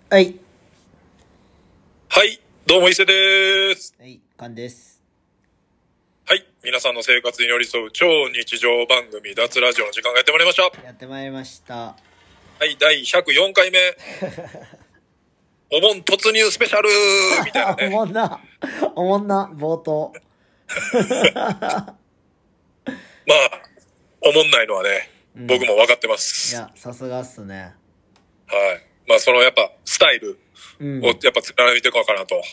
はい。 はい、どうも伊勢です。 はい、カンです。 はい、皆さんの生活に寄り添う超日常番組脱ラジオの時間がやってまいりました。 やってまいりました。はい、第104回目。お盆突入スペシャルみたいなね。 おもんな、冒頭。 まあ、おもんないのはね、僕も分かってます。 いや、さすがっすね。 はい。まあ、そのやっぱスタイルをやっぱ貫いていこうかなと。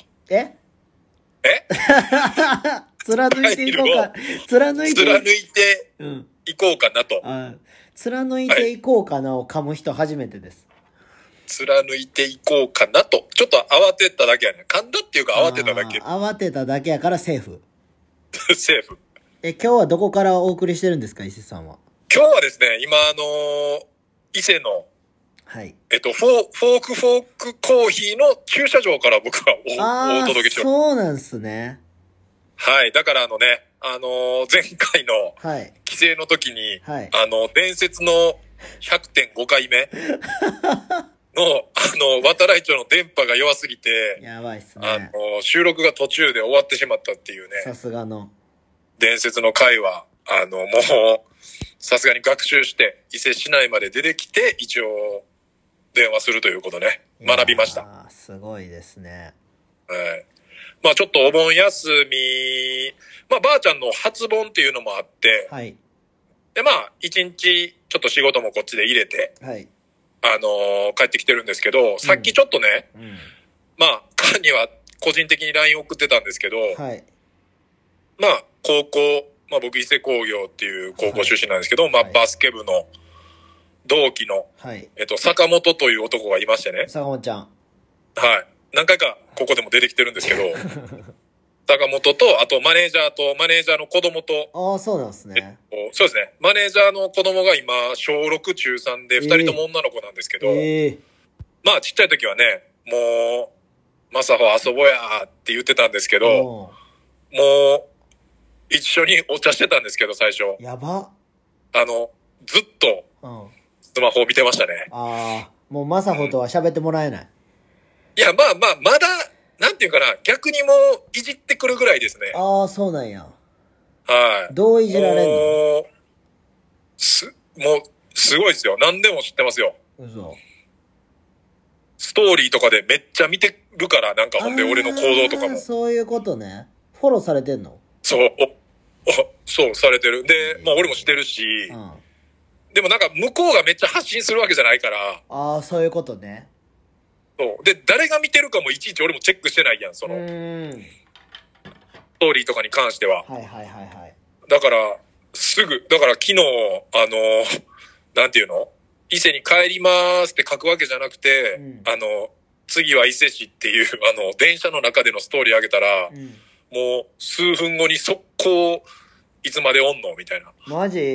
貫いていこうか。貫いていこうかなと。 貫いていこうかなを噛む人初めてです。 貫いていこうかなと。ちょっと慌てただけやね。噛んだっていうか慌てただけ。 慌てただけやからセーフ。 セーフ。 今日はどこからお送りしてるんですか、伊勢さんは。 今日はですね、今伊勢の、 はい。 フォークコーヒーの駐車場から僕はお届けします。 そうなんすね。 はい。だから前回の、帰省の時に、 はい、 伝説の 100.5 回目の、渡来町の電波が弱すぎて、 やばいっすね。 収録が途中で終わってしまったっていうね。 さすがの。 伝説の回は、もう、さすがに学習して、伊勢市内まで出てきて、一応、電話するということね。学びました。 すごいですね。 はい。まあちょっとお盆休み、まあばあちゃんの初盆っていうのもあって、 はい。 でまあ一日ちょっと仕事もこっちで入れて、 はい。 帰ってきてるんですけど、さっきちょっとね、まあ彼には個人的に LINE 送ってたんですけど、 はい。 まあ高校、まあ僕伊勢工業っていう高校出身なんですけど、まあバスケ部の同期の、坂本という男がいましてね。 坂本ちゃん。 はい。何回かここでも出てきてるんですけど、坂本と、あとマネージャーの子供と。 ああ、そうなんですね。 そうですね。マネージャーの子供が今、小6中3で、2人とも女の子なんですけど、まあちっちゃい時はね、もう、マサホ遊ぼうやって言ってたんですけど、もう、一緒にお茶してたんですけど、最初。 やば。 ずっと、スマホを見てましたね。 ああ、もうマサホとは喋ってもらえない。 いや、まあまあ、まだ、なんていうかな、逆にもう、いじってくるぐらいですね。 ああ、そうなんや。 はい。 どういじられんの？ もう、すごいですよ。何でも知ってますよ。 嘘。 ストーリーとかでめっちゃ見てるから、なんかほんで俺の行動とかも。 そういうことね。フォローされてんの？ そう、そうされてる。で、まあ俺もしてるし、でもなんか向こうがめっちゃ発信するわけじゃないから。 ああ、そういうことね。 そう。で、誰が見てるかもいちいち俺もチェックしてないやん、その。ストーリーとかに関しては。 はいはいはいはい。 だから、だから昨日、なんていうの？伊勢に帰りますって書くわけじゃなくて、次は伊勢市っていう、電車の中でのストーリーあげたら、もう数分後に速攻、いつまでおんのみたいな。 マジ？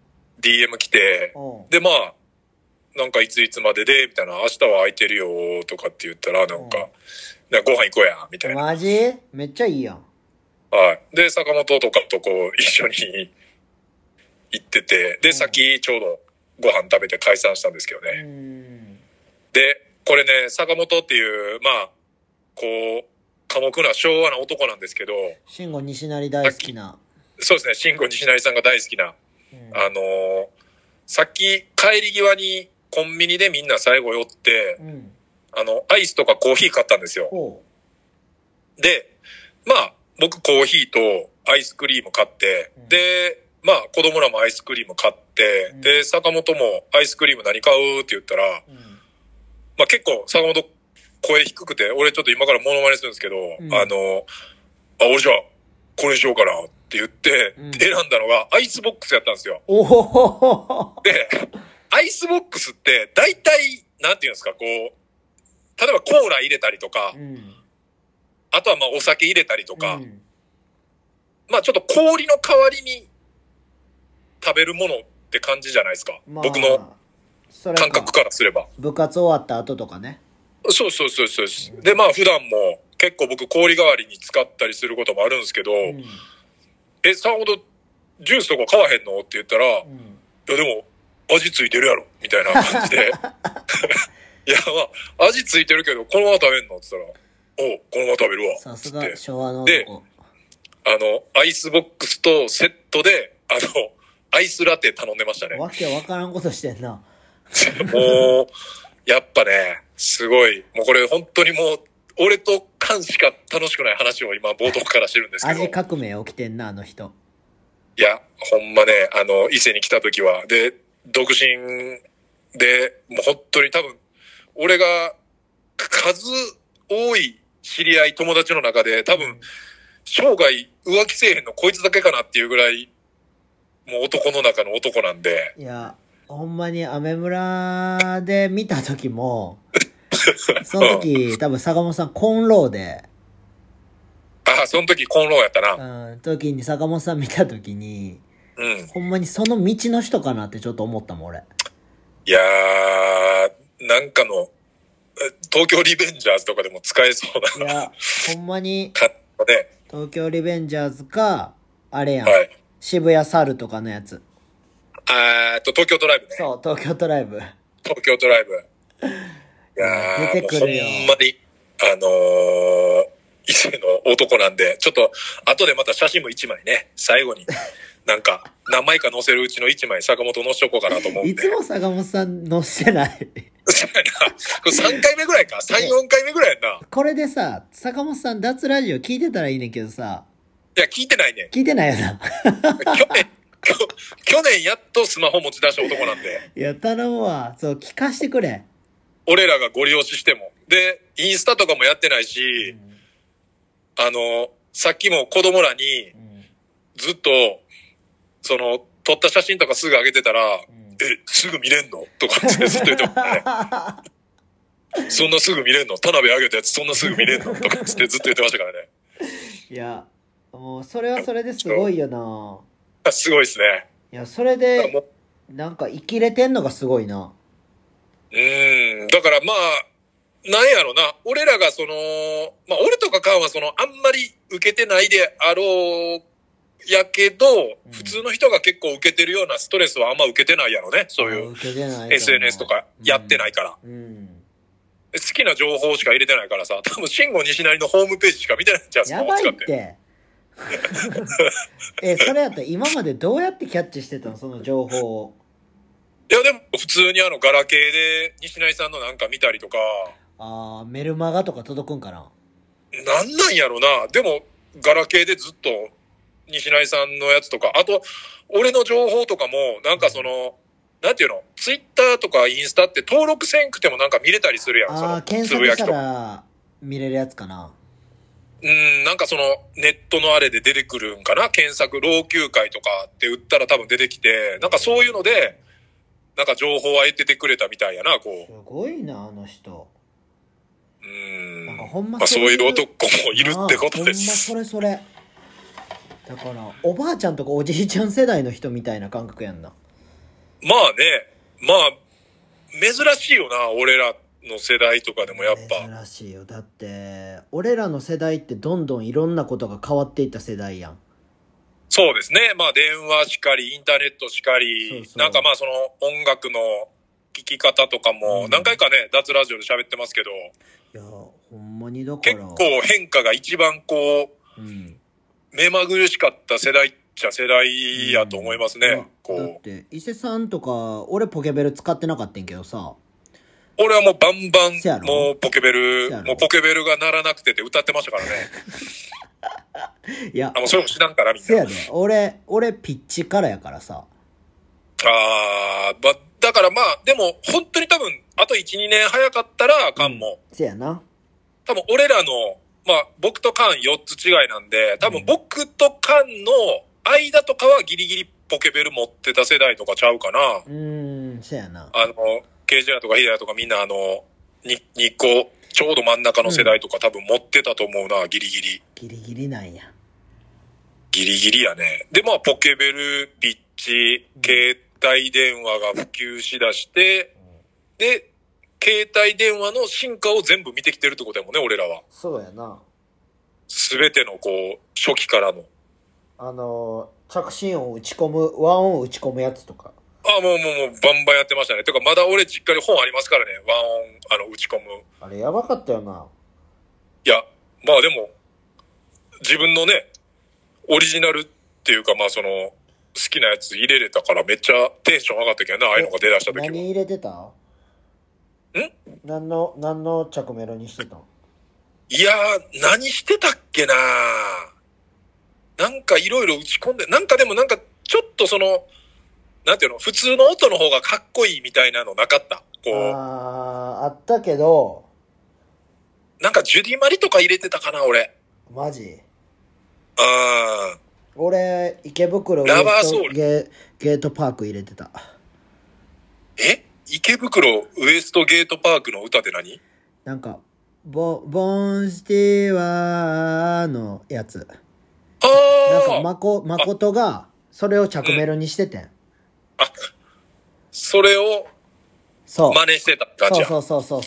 DM 来て、で、まあ、なんかいついつまでで、みたいな、明日は空いてるよ、とかって言ったら、なんかご飯行こうや、みたいな。 マジ？めっちゃいいやん。 はい。で、坂本とかとこう、一緒に行ってて、で、さっきちょうどご飯食べて解散したんですけどね。で、これね、坂本っていう、まあ、こう、寡黙な昭和な男なんですけど、 慎吾西成大好きな。 そうですね、慎吾西成さんが大好きな。さっき帰り際にコンビニでみんな最後寄って、アイスとかコーヒー買ったんですよ。で、まあ、僕コーヒーとアイスクリーム買って、で、まあ子供らもアイスクリーム買って、で、坂本もアイスクリーム何買うって言ったら、まあ結構坂本声低くて、俺ちょっと今からモノマネするんですけど、俺じゃあこれにしようかなって言って、選んだのがアイスボックスやったんですよ。で、アイスボックスって大体、なんていうんですか、こう、例えばコーラ入れたりとか、あとはまあお酒入れたりとか、まあちょっと氷の代わりに食べるものって感じじゃないですか。僕の感覚からすれば。 部活終わった後とかね。 そう。でまあ普段も結構僕氷代わりに使ったりすることもあるんですけど、さほどジュースとか買わへんのって言ったら、いやでも味ついてるやろみたいな感じでいや、まあ、味ついてるけど、このまま食べんのって言ったら、おう、このまま食べるわ。 さすが昭和の男。 で、アイスボックスとセットで、アイスラテ頼んでましたね。 わけわからんことしてんな。 もう、やっぱね、すごい。もうこれ本当にもう、俺とカンしか楽しくない話を今冒頭からしてるんですけど。 味革命起きてんな、あの人。 いや、ほんまね、伊勢に来た時は、で、独身で、もう本当に多分、俺が数多い知り合い友達の中で多分、生涯浮気せえへんのこいつだけかなっていうぐらい、もう男の中の男なんで。 いや、ほんまにアメ村で見た時も、その時多分坂本さんコンローで、 ああ、その時コンローやったな。 時に坂本さん見た時に、ほんまにその道の人かなってちょっと思ったもん、俺。 いやー、なんかの、東京リベンジャーズとかでも使えそうな。 いや、ほんまに、 ね、 東京リベンジャーズか、あれやん。 はい、 渋谷猿とかのやつ。 東京トライブね。 そう、東京トライブ。 東京トライブ。いやー、 出てくるよ。 ほんまに、伊勢の男なんで、ちょっと、後でまた写真も一枚ね、最後に、なんか、何枚か載せるうちの一枚、坂本載しとこうかなと思うんで。 いつも坂本さん載せない。 そうやな。これ3回目ぐらいか ?3、4回目ぐらいやんな。 これでさ、坂本さん脱ラジオ聞いてたらいいねんけどさ。 いや、聞いてないね。 聞いてないよな。 去年やっとスマホ持ち出した男なんで。 いや、頼むわ。そう、聞かしてくれ。 俺らがご利用ししても。で、インスタとかもやってないし、さっきも子供らに、ずっと、撮った写真とかすぐ上げてたら、すぐ見れんのとかってずっと言ってましたね。そんなすぐ見れんの田辺上げたやつそんなすぐ見れんのとかってずっと言ってましたからね。 いや、もう、それはそれですごいよな。 すごいですね。 いや、それで、なんか生きれてんのがすごいな。 だからまあ、なんやろな。俺らがまあ俺とかカンはあんまり受けてないであろうやけど、普通の人が結構受けてるようなストレスはあんま受けてないやろね。そういう SNS とかやってないから。好きな情報しか入れてないからさ、多分慎吾西成のホームページしか見てないんちゃう。 やばいって。それやったら今までどうやってキャッチしてたのその情報を。 いやでも普通にガラケーで西成さんのなんか見たりとか。 メルマガとか届くんかな。 なんやろな。でもガラケーでずっと西成さんのやつとか、あと俺の情報とかもなんかなんていうの、ツイッターとかインスタって登録せんくてもなんか見れたりするやん。 検索したら見れるやつかな。 なんかネットのあれで出てくるんかな。検索老朽会とかって打ったら多分出てきて、なんかそういうのでなんか情報は得ててくれたみたいやな。こう。 すごいなあの人。なんかほんままあ、そういう男もいるってことです。 ほんまそれ。だからおばあちゃんとかおじいちゃん世代の人みたいな感覚やんな。 まあね、まあ珍しいよな、俺らの世代とかでもやっぱ。 珍しいよ。だって俺らの世代ってどんどんいろんなことが変わっていった世代やん。 そうですね。まあ電話しかりインターネットしかり、なんかまあ音楽の聴き方とかも何回かね、脱ラジオで喋ってますけど、 いやほんまにだから結構変化が一番こう、目まぐるしかった世代っちゃ世代やと思いますね。 だって伊勢さんとか俺ポケベル使ってなかったんけどさ、 俺はもうバンバンもうポケベルが鳴らなくて歌ってましたからね。 いやもうそれも知らんからみんな。 せやで、俺ピッチからやからさ。 だからまあでも本当に多分あと 1,2 年早かったらカンも、 せやな。 多分俺らのまあ僕とカン4つ違いなんで、多分僕とカンの間とかはギリギリポケベル持ってた世代とかちゃうかな。 せやな。 KJ とかヒデヤとかみんな2個ちょうど真ん中の世代とか多分持ってたと思うな、ギリギリ。 ギリギリなんや。 ギリギリやね。でまあポケベル、ピッチ、携帯電話が普及しだして、で携帯電話の進化を全部見てきてるってことやもんね、俺らは。 そうやな。 すべてのこう初期からの着信音打ち込む、和音打ち込むやつとか。 もう、バンバンやってましたね。てか、まだ俺実家に本ありますからね。和音、打ち込む。 あれ、やばかったよな。 いや、まあでも、自分のね、オリジナルっていうか、まあその、好きなやつ入れれたからめっちゃテンション上がったけどな、ああいうのが出だした時は。 何入れてた？何の着メロにしてたん？ いやー、何してたっけな。なんかいろいろ打ち込んで、なんかでもなんかちょっとその、なんていうの、普通の音の方がかっこいいみたいなのなかった。こう。 あったけど。 なんかジュディマリとか入れてたかな、俺。 マジ？ ああ。 俺、池袋ラバーソウルゲートパーク入れてた。 池袋ウエストゲートパークの歌って何？ なんか、ボンシティワーのやつ。なんか、誠が、それを着メロにしててん。 それを、真似してた感じや。 そう。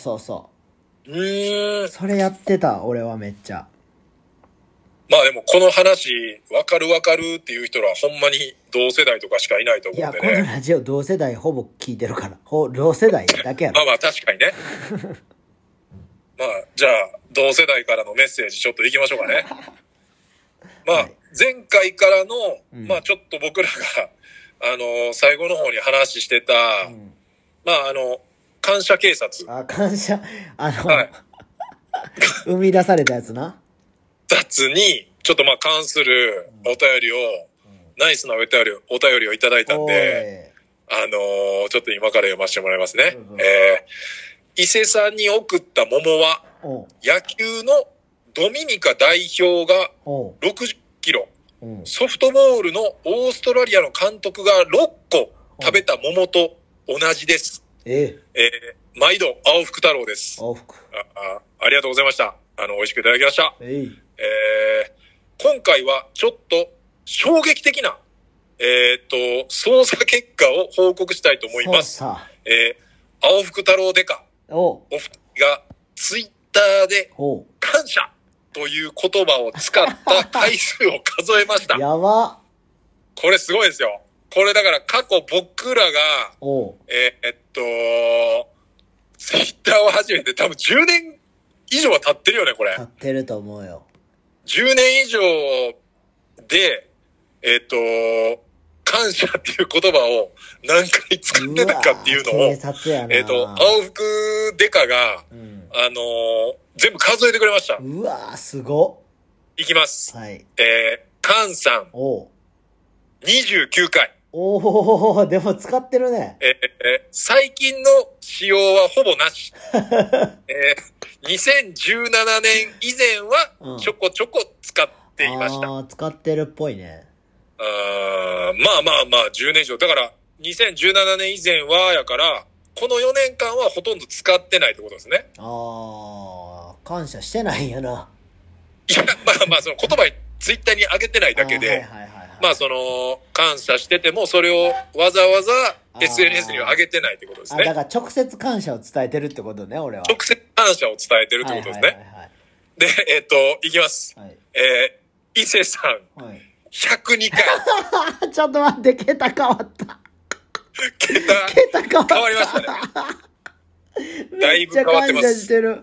それやってた、俺はめっちゃ。 まあでもこの話、わかるっていう人らほんまに同世代とかしかいないと思うんでね。 いや、このラジオ同世代ほぼ聞いてるから。同世代だけやろ。 まあ確かにね。まあ、じゃあ、同世代からのメッセージちょっと行きましょうかね。まあ、はい、前回からの、まあちょっと僕らが、最後の方に話してた、まあ感謝警察。 感謝、はい、生み出されたやつな。 に、ちょっとまあ関するお便りを、ナイスなお便りをいただいたんで、ちょっと今から読ませてもらいますね。伊勢さんに送った桃は、野球のドミニカ代表が60キロ、ソフトボールのオーストラリアの監督が6個食べた桃と同じです。毎度、青福太郎です。ありがとうございました。美味しくいただきました。今回はちょっと衝撃的な、捜査結果を報告したいと思います。青福太郎デカ、お二人がツイッターで感謝という言葉を使った回数を数えました。 やば。 これすごいですよ。これだから過去僕らが、ツイッターを始めて多分10年以上は経ってるよね、これ。 経ってると思うよ。 10年以上で、感謝っていう言葉を何回使ってたかっていうのを、青福デカが、全部数えてくれました。 うわー、すごいきます。 はい。 カンさん。29回。 でも使ってるね。 最近の使用はほぼなし。2017年以前はちょこちょこ使っていました。 使ってるっぽいね。 まあ、10年以上。だから、2017年以前は、やから、この4年間はほとんど使ってないってことですね。 感謝してないんやな。 いや、まあ、その言葉にツイッターに上げてないだけで、まあ、その、感謝してても、それをわざわざ SNS には上げてないってことですね。 だから直接感謝を伝えてるってことね、俺は。 直接感謝を伝えてるってことですね。で、いきます。伊勢さん。102回。 ちょっと待って、桁変わった。 桁変わりましたね。だいぶ変わってます。めっちゃ感謝してる。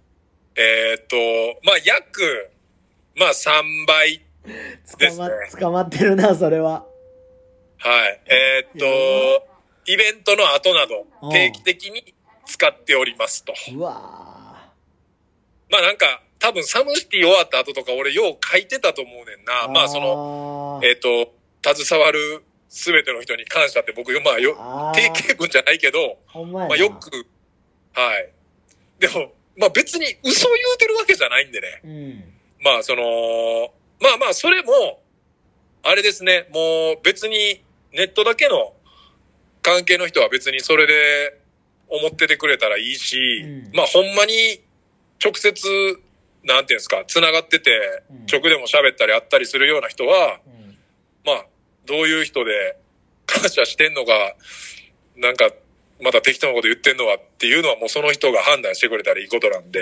まあ、約、3倍ですね。 捕まってるな、それは。 はい。イベントの後など、定期的に使っておりますと。 うわまあなんか、多分サムシティ終わった後とか俺よう書いてたと思うねんな。まあその、携わるすべての人に感謝って僕、定型文じゃないけど、まあよく、はい。でも、まあ別に嘘言うてるわけじゃないんでね。まあその、まあそれも、あれですね、もう別にネットだけの関係の人は別にそれで思っててくれたらいいし、まあほんまに直接、なんていうんですか、繋がってて、直でも喋ったりあったりするような人は、まあ、どういう人で感謝してんのか、なんか、また適当なこと言ってんのはっていうのはもうその人が判断してくれたらいいことなんで、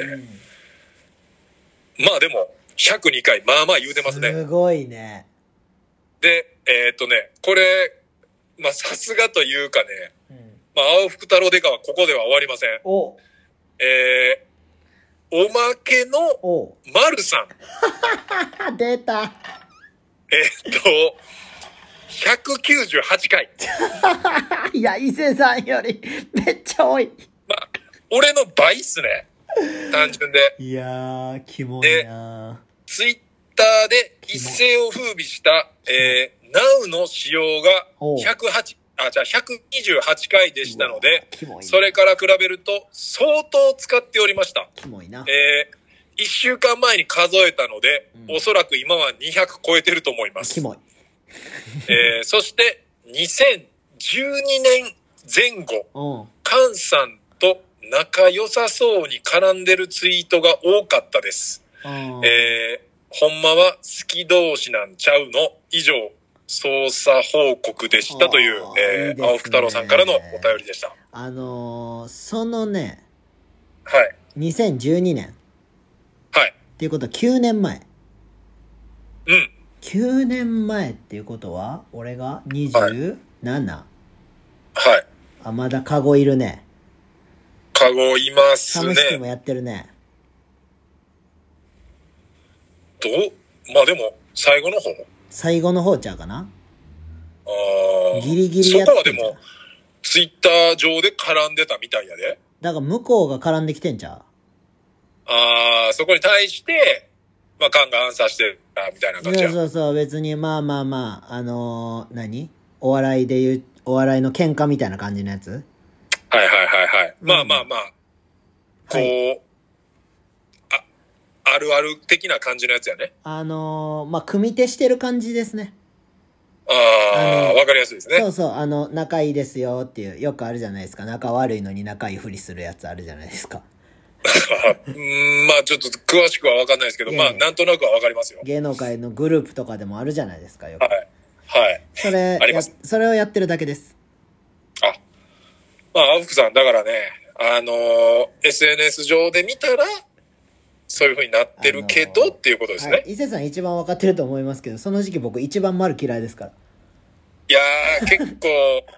まあでも、102回、まあまあ言うてますね。 すごいね。 で、これ、 まあ、さすがというかね、まあ、青福太郎デカはここでは終わりません。おまけの丸さん。出た。 198回。 いや、伊勢さんよりめっちゃ多い。 まあ、俺の倍っすね。単純で。 いやー、キモいな。 ツイッターで一世を風靡した、Now の使用が128回でしたので、それから比べると相当使っておりました。 キモいな。 1週間前に数えたので、おそらく今は200超えてると思います。 キモい。 そして2012年前後、菅さんと仲良さそうに絡んでるツイートが多かったです。ほんまは好き同士なんちゃうの以上、捜査報告でしたという、青福太郎さんからのお便りでした。 そのね、 はい。 2012年。 はい。 っていうことは9年前。 うん。 9年前っていうことは、俺が 27？ はい。 あ、まだカゴいるね。 カゴいますね。 試してもやってるね。 まあでも、最後の方最後の方ちゃうかな。ギリギリやってそこはでも、ツイッター上で絡んでたみたいやで。 だから向こうが絡んできてんちゃう。 そこに対して、まあ、カンがアンサーしてたみたいな感じや。 そうそう、別に、まあ、何お笑いで言う、お笑いの喧嘩みたいな感じのやつ。 はいはいはいはい。まあまあまあ、こう、あるある的な感じのやつやね。 まあ、組手してる感じですね。 わかりやすいですね。 そうそう、仲いいですよっていう、よくあるじゃないですか。仲悪いのに仲いいふりするやつあるじゃないですか。 まあちょっと詳しくはわかんないですけど、まあなんとなくはわかりますよ。 芸能界のグループとかでもあるじゃないですか、よく。 はい。はい。 それをやってるだけです。 まあ、青福さん、だからね、SNS 上で見たら、そういう風になってるけど、っていうことですね。 伊勢さん一番わかってると思いますけど、その時期僕一番丸嫌いですから。 いやー、結構、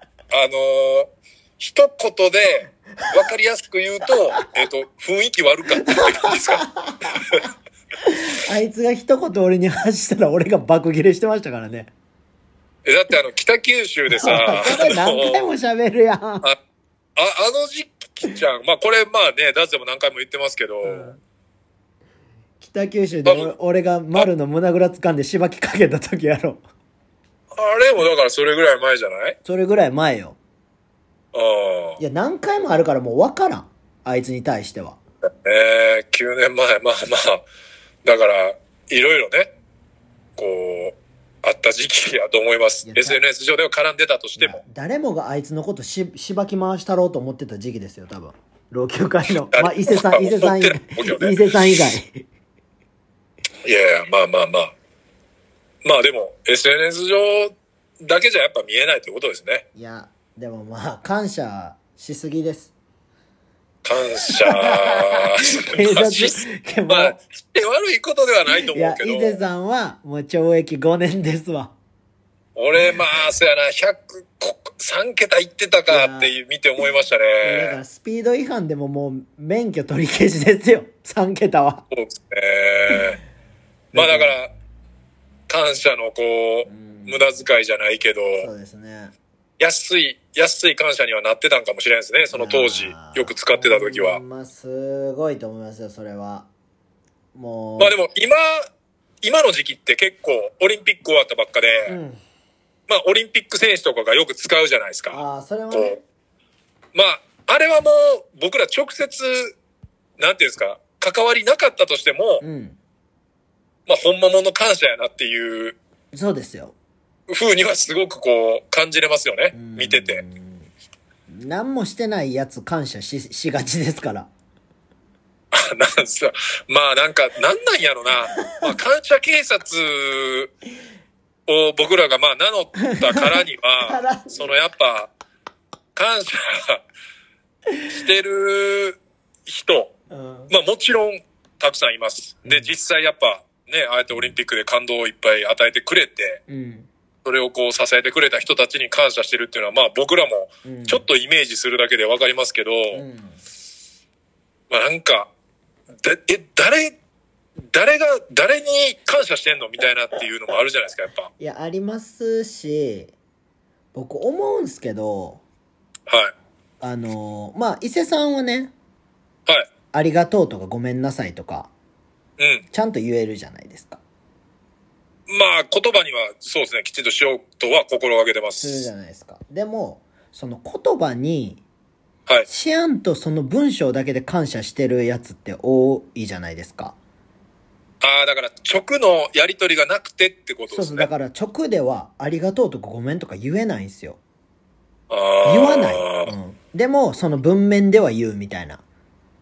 一言で、わかりやすく言うと、雰囲気悪かったって感じですか。 あいつが一言俺に発したら俺が爆切れしてましたからね。 だって北九州でさ、 それ何回も喋るやん。 あの時期ちゃん、まあこれまあね、ダズでも何回も言ってますけど、 北九州で俺が丸の胸ぐら掴んでしばきかけた時やろ。 あれもだからそれぐらい前じゃない？ それぐらい前よ。いや、何回もあるからもう分からん。あいつに対しては。 9年前、まあまあ、だから、いろいろね、こう、あった時期やと思います。SNS 上では絡んでたとしても。 誰もがあいつのことしばき回したろうと思ってた時期ですよ、多分。老朽会の。まあ、伊勢さん以外。伊勢さん以外。 いやいや、まあまあまあ。まあでも、SNS 上だけじゃやっぱ見えないということですね。 いや、でもまあ、感謝しすぎです。 感謝警察、 まあ、悪いことではないと思うけど。 いや、伊勢さんはもう懲役5年ですわ。 俺、まあ、そうやな、3桁いってたかって見て思いましたね。 だからスピード違反でももう免許取り消しですよ。3桁は。 そうですね。まあだから、感謝の無駄遣いじゃないけど。 そうですね。 安い感謝にはなってたんかもしれないですね。その当時、よく使ってた時は。 まあ、すごいと思いますよ、それは。もう。 まあでも、今の時期って結構、オリンピック終わったばっかで、まあ、オリンピック選手とかがよく使うじゃないですか。 それはね。 まあ、あれはもう、僕ら直接、なんていうんですか、関わりなかったとしても、まあ、本物の感謝やなっていう。 そうですよ。 風にはすごく感じれますよね。見てて。 何もしてないやつ感謝しがちですから。 なんすまあなんなんやろな。まあ感謝警察を僕らがまあ名乗ったからには、やっぱ、感謝してる人、まあもちろんたくさんいます。で、実際やっぱね、ああやってオリンピックで感動をいっぱい与えてくれて、そそれをこう支えてくれた人たちに感謝してるっていうのは、まあ僕らもちょっとイメージするだけでわかりますけど、まあなんか、誰に感謝してんのみたいなっていうのもあるじゃないですか、やっぱ。 いや、ありますし、僕思うんすけど、 はい。 まあ、伊勢さんはね、 はい。 ありがとうとかごめんなさいとか、 うん。 ちゃんと言えるじゃないですか。 まあ、言葉にはそうですね、きちんとしようとは心がけてます。 するじゃないですか。でも、その言葉に、 はい。 ちゃんとその文章だけで感謝してるやつって多いじゃないですか。 ああ、だから直のやりとりがなくてってことですね。 そうそう、だから直ではありがとうとかごめんとか言えないんですよ。 ああ。 言わない。うん。でも、その文面では言うみたいな。 あ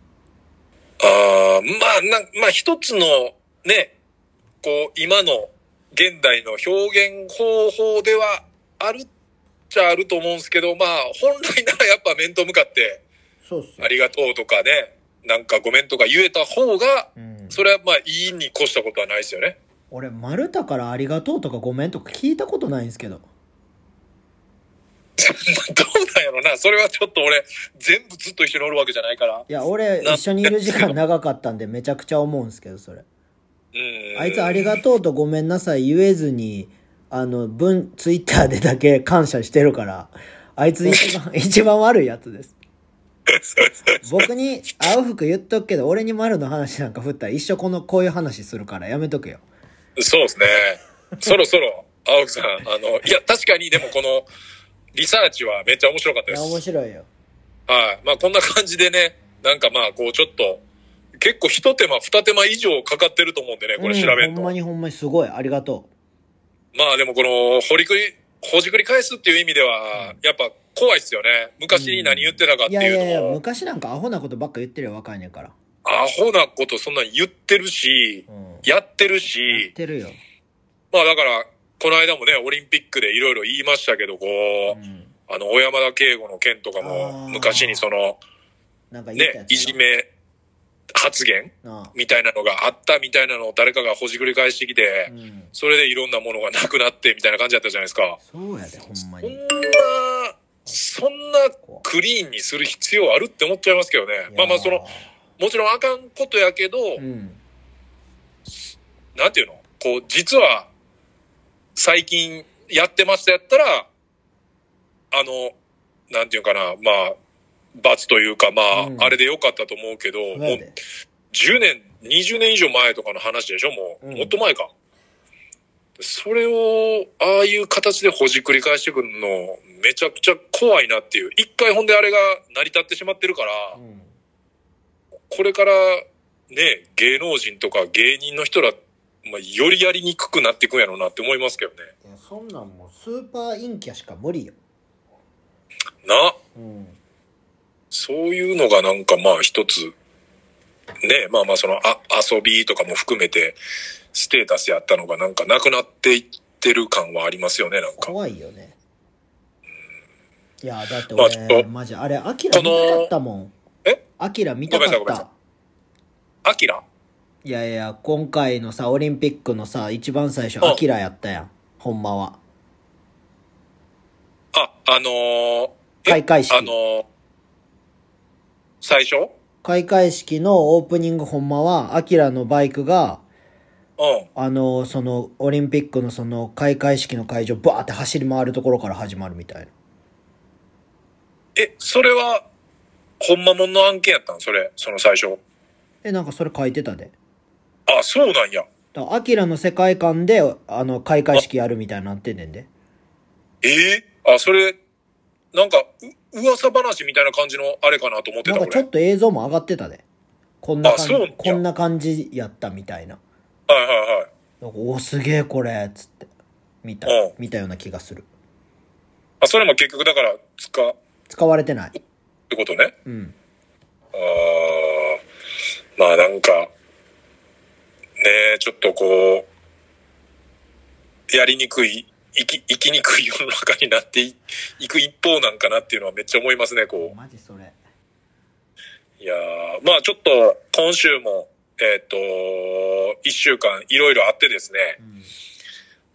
あ、まあ一つのね、こう、今の現代の表現方法ではあるっちゃあると思うんですけど、まあ本来ならやっぱ面と向かって、 そうっすよ。 ありがとうとかね、なんかごめんとか言えた方が、それはまあいいに越したことはないですよね。 俺、丸太からありがとうとかごめんとか聞いたことないんですけど。 どうなんやろな。それはちょっと俺、全部ずっと一緒におるわけじゃないから。 いや、俺、一緒にいる時間長かったんでめちゃくちゃ思うんですけど、それ。あいつありがとうとごめんなさい言えずに、ツイッターでだけ感謝してるから、あいつ一番悪いやつです。僕に青服言っとくけど、俺に丸の話なんか振ったら一生こういう話するからやめとけよ。 そうですね。そろそろ、青木さん、いや、確かにでもこの、リサーチはめっちゃ面白かったです。 いや、面白いよ。 はい。まあこんな感じでね、なんかまあこうちょっと、結構一手間二手間以上かかってると思うんでね、これ調べるの。 ほんまにすごい、ありがとう。まあでもこの、ほじくり返すっていう意味では、やっぱ怖いっすよね。昔に何言ってたかっていうのを。 いや、昔なんかアホなことばっか言ってるよ、若いねんから。 アホなことそんなに言ってるし、やってるし。 やってるよ。 まあだから、この間もね、オリンピックでいろいろ言いましたけど、こう、小山田圭吾の件とかも、昔にその、ね、いじめ発言みたいなのがあったみたいなのを誰かがほじくり返してきて、それでいろんなものがなくなってみたいな感じだったじゃないですか。 そうやで、ほんまに。 そんなクリーンにする必要あるって思っちゃいますけどね。まあまあその、もちろんあかんことやけど、なんていうのこう、実は、最近やってましたやったら、なんていうかな、まあ、罰というか、まあ、あれでよかったと思うけど、もう、10年、20年以上前とかの話でしょもう、もっと前か。それを、ああいう形でほじくり返してくるの、めちゃくちゃ怖いなっていう。一回ほんであれが成り立ってしまってるから、これから、ね、芸能人とか芸人の人ら、まあ、よりやりにくくなっていくんやろうなって思いますけどね。 いや、そんなんもうスーパー陰キャしか無理よ。 な。そういうのがなんかまあ一つ、ね、まあまあその遊びとかも含めてステータスやったのがなんかなくなっていってる感はありますよね、なんか。 怖いよね。いや、だって俺、マジ、あれ、アキラ見たかったもん。アキラ見たかった。 アキラ？ いやいや、今回のさ、オリンピックのさ、一番最初、アキラやったやん。ほんまは。 開会式。 最初？ 開会式のオープニングほんまは、アキラのバイクが、その、オリンピックのその、開会式の会場、バーって走り回るところから始まるみたいな。 それは、ほんまもんの案件やったんその最初。 なんかそれ書いてたで。 あ、そうなんや。 アキラの世界観で、開会式やるみたいになってんねんで。 それ、なんか、噂話みたいな感じのあれかなと思ってた。 なんかちょっと映像も上がってたで。こんな感じやったみたいな。 はいはいはい。 お、すげえこれ、つって。見たような気がする。 それも結局だから、 使われてない。 ってことね。まあなんか、ねえ、ちょっとこう、やりにくい、生きにくい世の中になっていく一方なんかなっていうのはめっちゃ思いますね、こう。 マジそれ。 いやー、まあちょっと、今週も、一週間いろいろあってですね、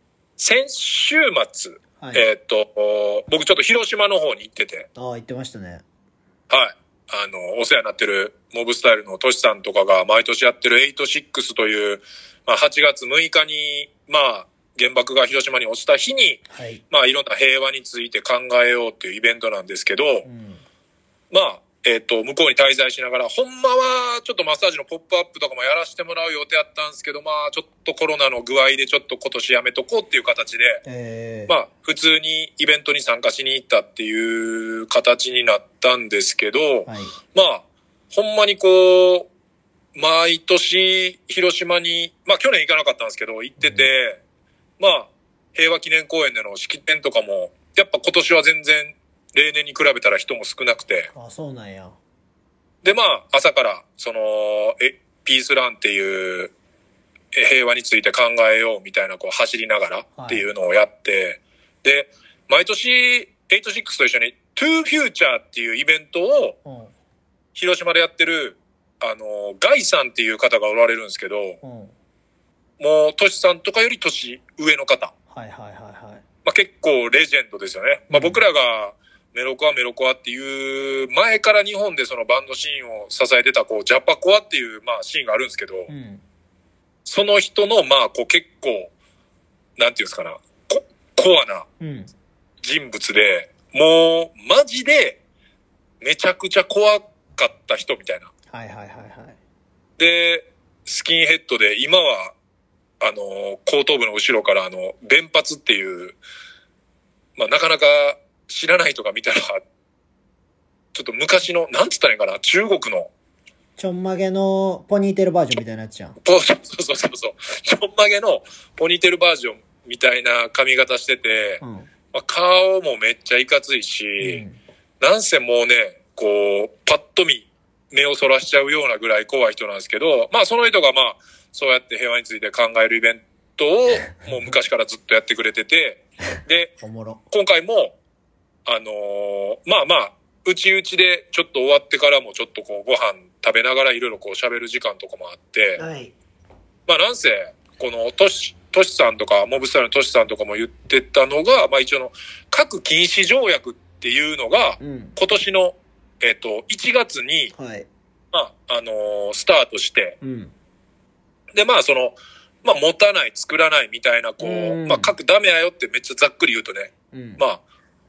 先週末、 はい、 僕ちょっと広島の方に行ってて。 ああ、行ってましたね。 はい。お世話になってるモブスタイルのトシさんとかが毎年やってる86という、まあ、8月6日に、まあ、原爆が広島に落ちた日に、 はい、 まあ、いろんな平和について考えようっていうイベントなんですけど、まあ、向こうに滞在しながら、ほんまはちょっとマッサージのポップアップとかもやらせてもらう予定やったんですけど、まあちょっとコロナの具合でちょっと今年やめとこうっていう形で、まあ普通にイベントに参加しに行ったっていう形になったんですけど、はい、まあほんまにこう、毎年広島に、まあ去年行かなかったんですけど行ってて、まあ平和記念公園での式典とかも、やっぱ今年は全然例年に比べたら人も少なくて。 あ、そうなんや。 で、まあ、朝から、ピースランっていう、平和について考えようみたいな、こう、走りながらっていうのをやって、はい、で、毎年、86と一緒に、To Future っていうイベントを、広島でやってる、ガイさんっていう方がおられるんですけど、もう、トシさんとかより年上の方。 はいはいはいはい。 まあ結構レジェンドですよね。まあ僕らが、メロコアっていう前から日本でそのバンドシーンを支えてたこうジャパコアっていうまあシーンがあるんですけど、その人のまあこう結構なんていうんですかなコアな人物で、もうマジでめちゃくちゃ怖かった人みたいな。 はいはいはいはい。 でスキンヘッドで今は後頭部の後ろから弁髪っていうまあなかなか知らない人が見たら、ちょっと昔の、なんつったらいいかな、中国の。 ちょんまげのポニーテールバージョンみたいなやつじゃん。 そう。ちょんまげのポニーテールバージョンみたいな髪型してて、まあ、顔もめっちゃいかついし、なんせもうね、こう、パッと見、目をそらしちゃうようなぐらい怖い人なんですけど、まあその人がまあ、そうやって平和について考えるイベントを、もう昔からずっとやってくれてて、で、今回も、まあまあ、うちでちょっと終わってからもちょっとこうご飯食べながらいろいろこう喋る時間とかもあって、はい、まあなんせ、このトシさんとか、モブスターのトシさんとかも言ってたのが、まあ一応の核禁止条約っていうのが、今年の、1月に、はい、まあスタートして、でまあまあ持たない、作らないみたいな、こう、まあ核ダメやよってめっちゃざっくり言うとね、まあ、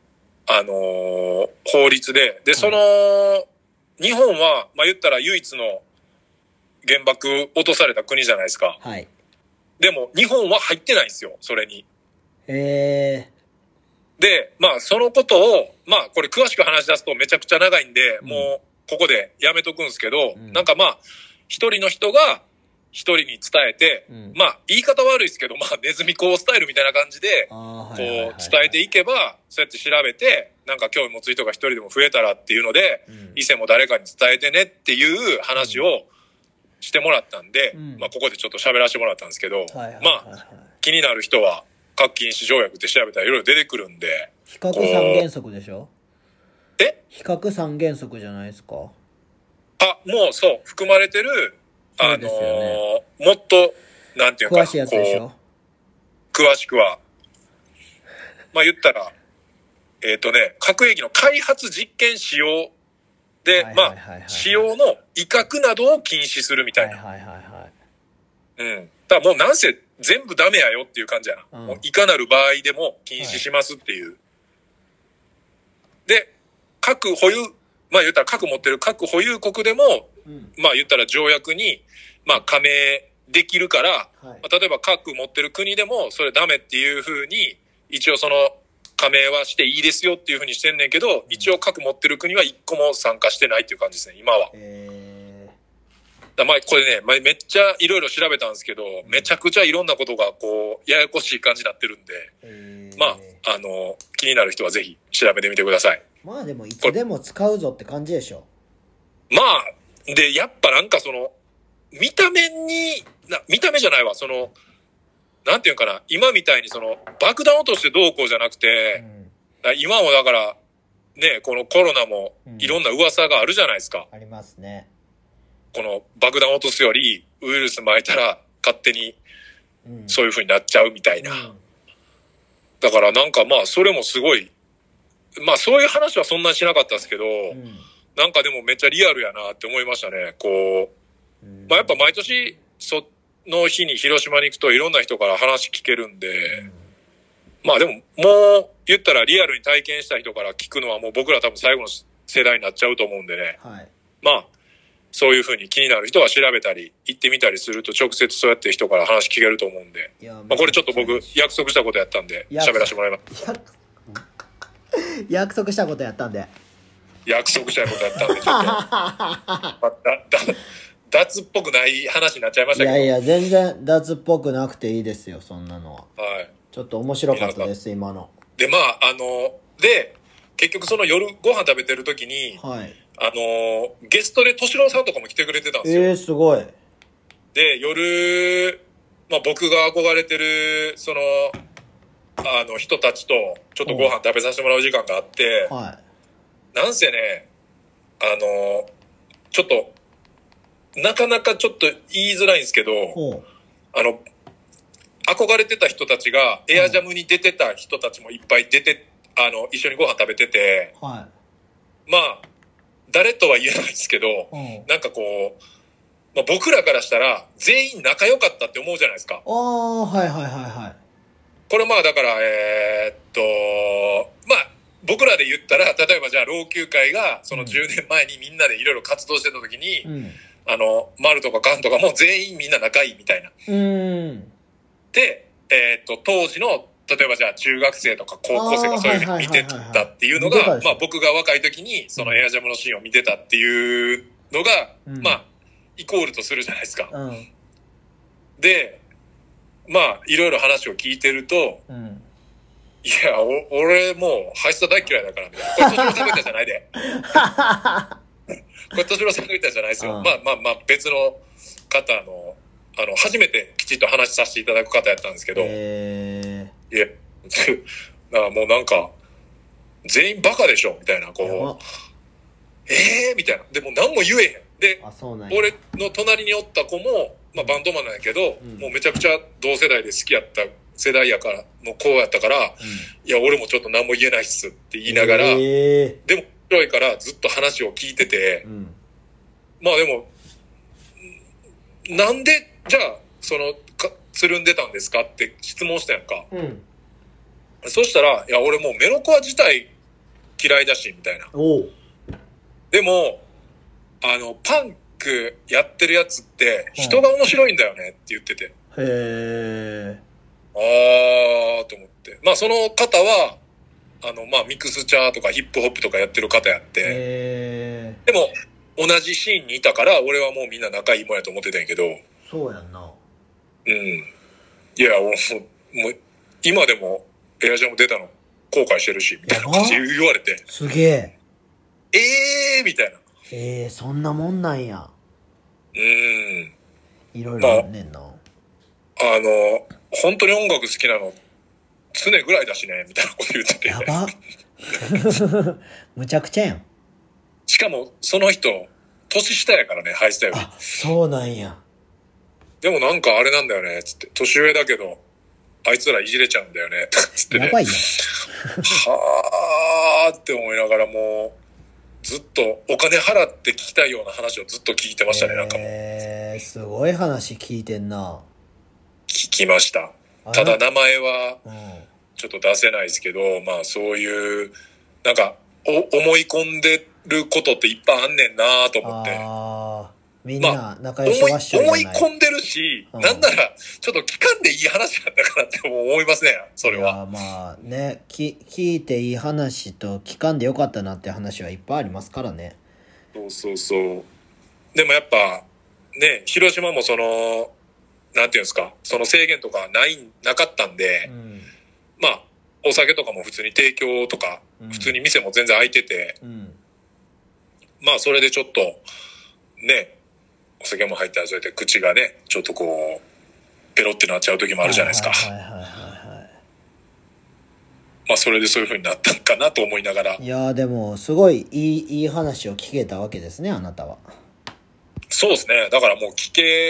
法律で、その、日本は、まあ、言ったら唯一の原爆落とされた国じゃないですか。はい。でも、日本は入ってないんですよ、それに。で、まあ、そのことを、まあ、これ詳しく話し出すとめちゃくちゃ長いんで、もう、ここでやめとくんですけど、なんかまあ、一人の人が、一人に伝えて、まあ、言い方悪いですけど、まあ、ネズミ講スタイルみたいな感じで、こう、伝えていけば、そうやって調べて、なんか興味持つ人が一人でも増えたらっていうので、伊勢も誰かに伝えてねっていう話をしてもらったんで、まあ、ここでちょっと喋らせてもらったんですけど、まあ、気になる人は、核禁止条約って調べたらいろいろ出てくるんで。 比較三原則でしょ？比較三原則じゃないですか？ あ、もうそう、含まれてる、もっと、なんていうか、 詳しいやつでしょ？ 詳しくは。まあ言ったら、核兵器の開発実験使用で、まあ、使用の威嚇などを禁止するみたいな。うん。だからもうなんせ全部ダメやよっていう感じやな。もういかなる場合でも禁止しますっていう。で、核保有、まあ言ったら核持ってる核保有国でも、まあ言ったら条約に、まあ加盟できるから、まあ、例えば核持ってる国でもそれダメっていう風に、一応その加盟はしていいですよっていう風にしてんねんけど、一応核持ってる国は一個も参加してないっていう感じですね、今は。まあこれね、まあ、めっちゃいろいろ調べたんですけど、めちゃくちゃいろんなことがこう、ややこしい感じになってるんで、まあ、気になる人はぜひ調べてみてください。 まあでもいつでも使うぞって感じでしょ。 まあ、で、やっぱなんか見た目じゃないわ、なんていうかな、今みたいに爆弾落としてどうこうじゃなくて、今もだから、ね、このコロナもいろんな噂があるじゃないですか。 ありますね。 この爆弾落とすよりウイルス撒いたら勝手にそういう風になっちゃうみたいな。 だからなんかまあそれもすごい、まあそういう話はそんなにしなかったですけど、なんかでもめっちゃリアルやなって思いましたね。こう、まあやっぱ毎年その日に広島に行くといろんな人から話聞けるんで、まあでももう言ったらリアルに体験した人から聞くのはもう僕ら多分最後の世代になっちゃうと思うんでね。 はい、 まあそういう風に気になる人は調べたり行ってみたりすると直接そうやって人から話聞けると思うんで、まあこれちょっと僕約束したことやったんで喋らせてもらいます。 約束したことやったんで約束したことやったんでちょっと、まあ、脱っぽくない話になっちゃいましたけど。 いや全然脱っぽくなくていいですよ、そんなのは。 はい。 ちょっと面白かったです今の。 でまあで結局その夜ご飯食べてる時に、 はい、 ゲストで敏郎さんとかも来てくれてたんですよ。 すごい。で夜、まあ僕が憧れてるその人たちとちょっとご飯食べさせてもらう時間があって、 はい、 なんせねちょっとなかなかちょっと言いづらいんですけど、憧れてた人たちがエアジャムに出てた人たちもいっぱい出て、一緒にご飯食べてて、 はい、 まあ誰とは言えないですけど、なんかこう、まあ、僕らからしたら全員仲良かったって思うじゃないですか。 はいはいはいはい。 これまあだからまあ僕らで言ったら、例えばじゃあ老朽会がその10年前にみんなでいろいろ活動してた時に、丸とかカンとかも全員みんな仲いいみたいな。で、当時の例えばじゃあ中学生とか高校生がそういうの見てたっていうのが、まあ僕が若い時にそのエアジャムのシーンを見てたっていうのが、まあイコールとするじゃないですか。で、まあいろいろ話を聞いてると、いや、俺もうハイスタ大嫌いだからみたいな。これ敏郎さんが言ったんじゃないで。これ敏郎さんが言ったんじゃないですよ。まあ別の方の初めてきちっと話させていただく方やったんですけど、いや、もうなんか、全員バカでしょみたいな、こう、みたいな。でも何も言えへん。で、俺の隣におった子も、まあバンドマンなんやけど、もうめちゃくちゃ同世代で好きやった世代やからの子やったから、いや、俺もちょっと何も言えないっすって言いながら、でも面白いからずっと話を聞いてて、まあでも、なんで、じゃあ、つるんでたんですかって質問したやんか。そしたら、いや、俺もうメロコア自体嫌いだし、みたいな。でも、パンクやってるやつって人が面白いんだよねって言ってて。と思って。まあその方は、まあミクスチャーとかヒップホップとかやってる方やって。でも、同じシーンにいたから、俺はもうみんな仲いいもんやと思ってたんやけど。 そうやんな。 いや、もう、今でもエアジャム出たの後悔してるし、みたいな感じ言われて。 すげえ。みたいな。 そんなもんなんや。いろいろあんねんな。 本当に音楽好きなの、常ぐらいだしね、みたいなこと言ってて。 やばむちゃくちゃやん。 しかも、その人、年下やからね、ハイスタより。 そうなんや。 でもなんかあれなんだよね、つって。年上だけど、あいつらいじれちゃうんだよね、とかつってね。 やばいやん。 はーって思いながらもう、ずっとお金払って聞きたいような話をずっと聞いてましたね、なんかもう。 すごい話聞いてんな。 聞きました。ただ名前は、ちょっと出せないですけど、まあそういう、なんか、思い込んでることっていっぱいあんねんなと思って。 みんな仲良しわっしょいじゃない。 思い込んでるし、なんなら、ちょっと聞かんでいい話なんだからって思いますね、それは。 まあね、聞いていい話と聞かんでよかったなって話はいっぱいありますからね。 そう。でもやっぱ、ね、広島もその、なんていうんですか、その制限とかなかったんで、まあ、お酒とかも普通に提供とか、普通に店も全然開いてて、まあそれでちょっと、ね、お酒も入ったらそれで口がね、ちょっとこう、ペロってなっちゃう時もあるじゃないですか。まあそれでそういう風になったんかなと思いながら。 いやでも、すごいいい話を聞けたわけですね、あなたは。 そうですね。だからもう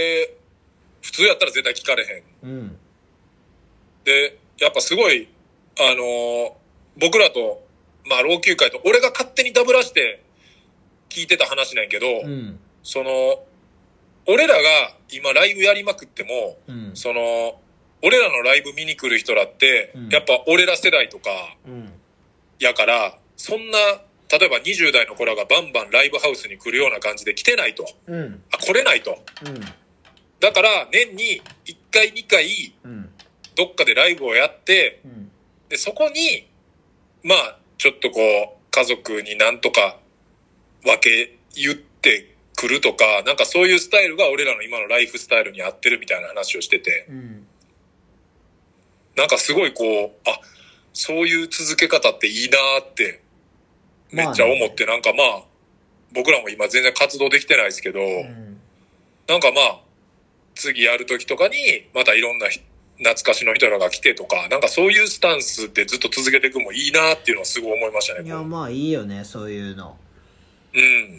普通やったら絶対聞かれへん。で、やっぱすごい、 僕らと、まあ、老朽会と、俺が勝手にダブらして聞いてた話なんやけど、 うん、 俺らが今ライブやりまくっても、 うん、 俺らのライブ見に来る人らって、うん、やっぱ俺ら世代とか、やから、そんな、例えば20代の子らがバンバンライブハウスに来るような感じで来てないと。 うん、 来れないと。 うん、 だから、年に1回2回、どっかでライブをやって、うん、で、そこに、まあ、ちょっとこう、家族になんとか分け言ってくるとか、なんかそういうスタイルが俺らの今のライフスタイルに合ってるみたいな話をしてて、うん、なんかすごいこう、そういう続け方っていいなーってめっちゃ思って、なんかまあ、僕らも今全然活動できてないですけど、なんかまあ、次やる時とかに、またいろんな懐かしの人らが来てとか、なんかそういうスタンスでずっと続けていくのもいいなっていうのはすごい思いましたね。 いや、まあいいよね、そういうの。 うん。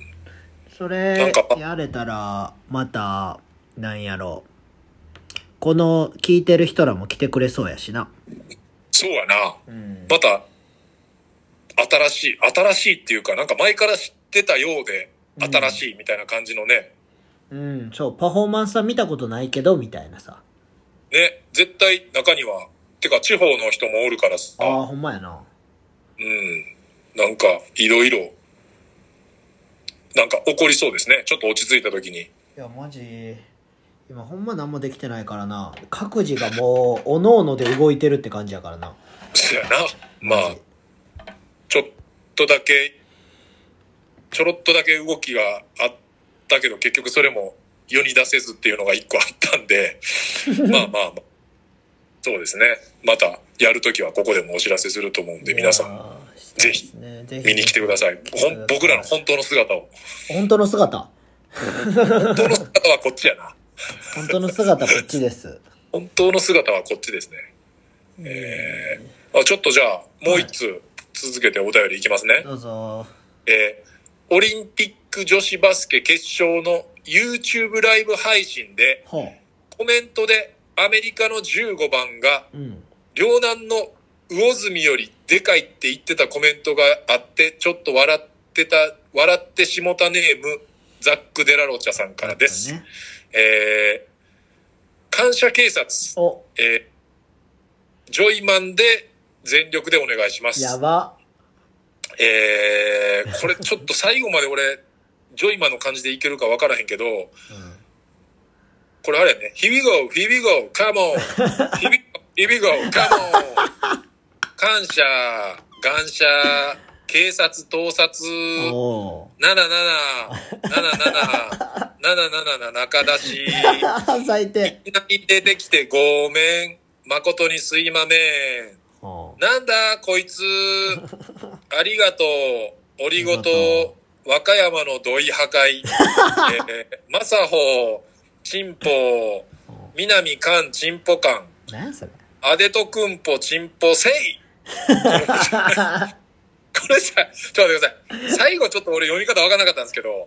それ、やれたら、また、なんやろう。この、聞いてる人らも来てくれそうやしな。 そうやな。また、新しいっていうか、なんか前から知ってたようで、新しいみたいな感じのね。 そう、パフォーマンスは見たことないけど、みたいなさ。 ね、絶対中には、てか地方の人もおるからさ。 ほんまやな。 なんか、いろいろ、なんか起こりそうですね。ちょっと落ち着いた時に。いや、マジ、今ほんま何もできてないからな。各自がもう、おのおので動いてるって感じやからな。 そうやな。まあ、ちょろっとだけ動きがあったけど、結局それも世に出せずっていうのが一個あったんで、まあ、そうですね。またやるときはここでもお知らせすると思うんで、皆さん、ぜひ見に来てください。僕らの本当の姿を。 本当の姿本当の姿はこっちやな。 本当の姿こっちです。 本当の姿はこっちですね。ちょっとじゃあ、もう一通続けてお便りいきますね。 どうぞ。 オリンピック女子バスケ決勝の YouTube ライブ配信で、コメントでアメリカの15番が、両南の魚住よりでかいって言ってたコメントがあって、ちょっと笑ってしもたネーム、ザック・デラロチャさんからです。ね、感謝警察、ジョイマンで全力でお願いします。 やば。 これちょっと最後まで俺、ジョイマンの感じでいけるか分からへんけど、これあれやね、Here we go, here we go, come on, here we go, come on 感謝、感謝、警察、盗撮、77中出し、 最低。 いきなり出てきてごめん、誠にすいまめん。なんだこいつ、ありがとう、おりごと、和歌山の土井破壊、まさほ、ちんぽ、南関ちんぽかん、 何それ、 あでとくんぽちんぽせい。これさ、ちょっと待ってください。最後ちょっと俺読み方わからなかったんですけど、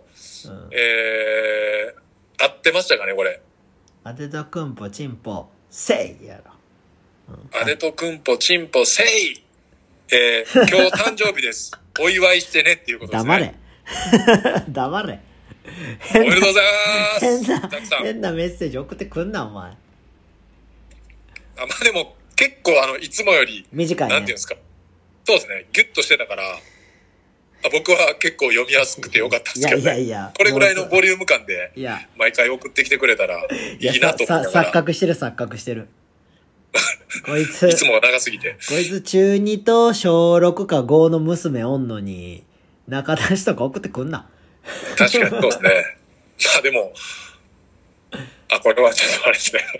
合ってましたかね、これ。 あでとくんぽちんぽせいやろ。 あでとくんぽちんぽせい。今日誕生日です。お祝いしてねっていうことですね。 黙れ。 おめでとうございます。 変なメッセージ送ってくんな、お前。 まあでも、結構いつもより、 短いね。 なんていうんですか。そうですね。ギュッとしてたから、僕は結構読みやすくてよかったですけどね。 いやこれぐらいのボリューム感で、毎回送ってきてくれたらいいなと思いながら。 錯覚してる。こいつ、 いつもが長すぎて。 こいつ中2と小6か5の娘おんのに、中出しとか送ってくんな。 確かにそうですね。まあでも、これはちょっとあれですね。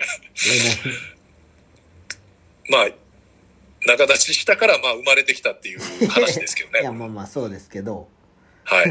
まあ、中出ししたからまあ生まれてきたっていう話ですけどね。 いや、まあそうですけど。 はい。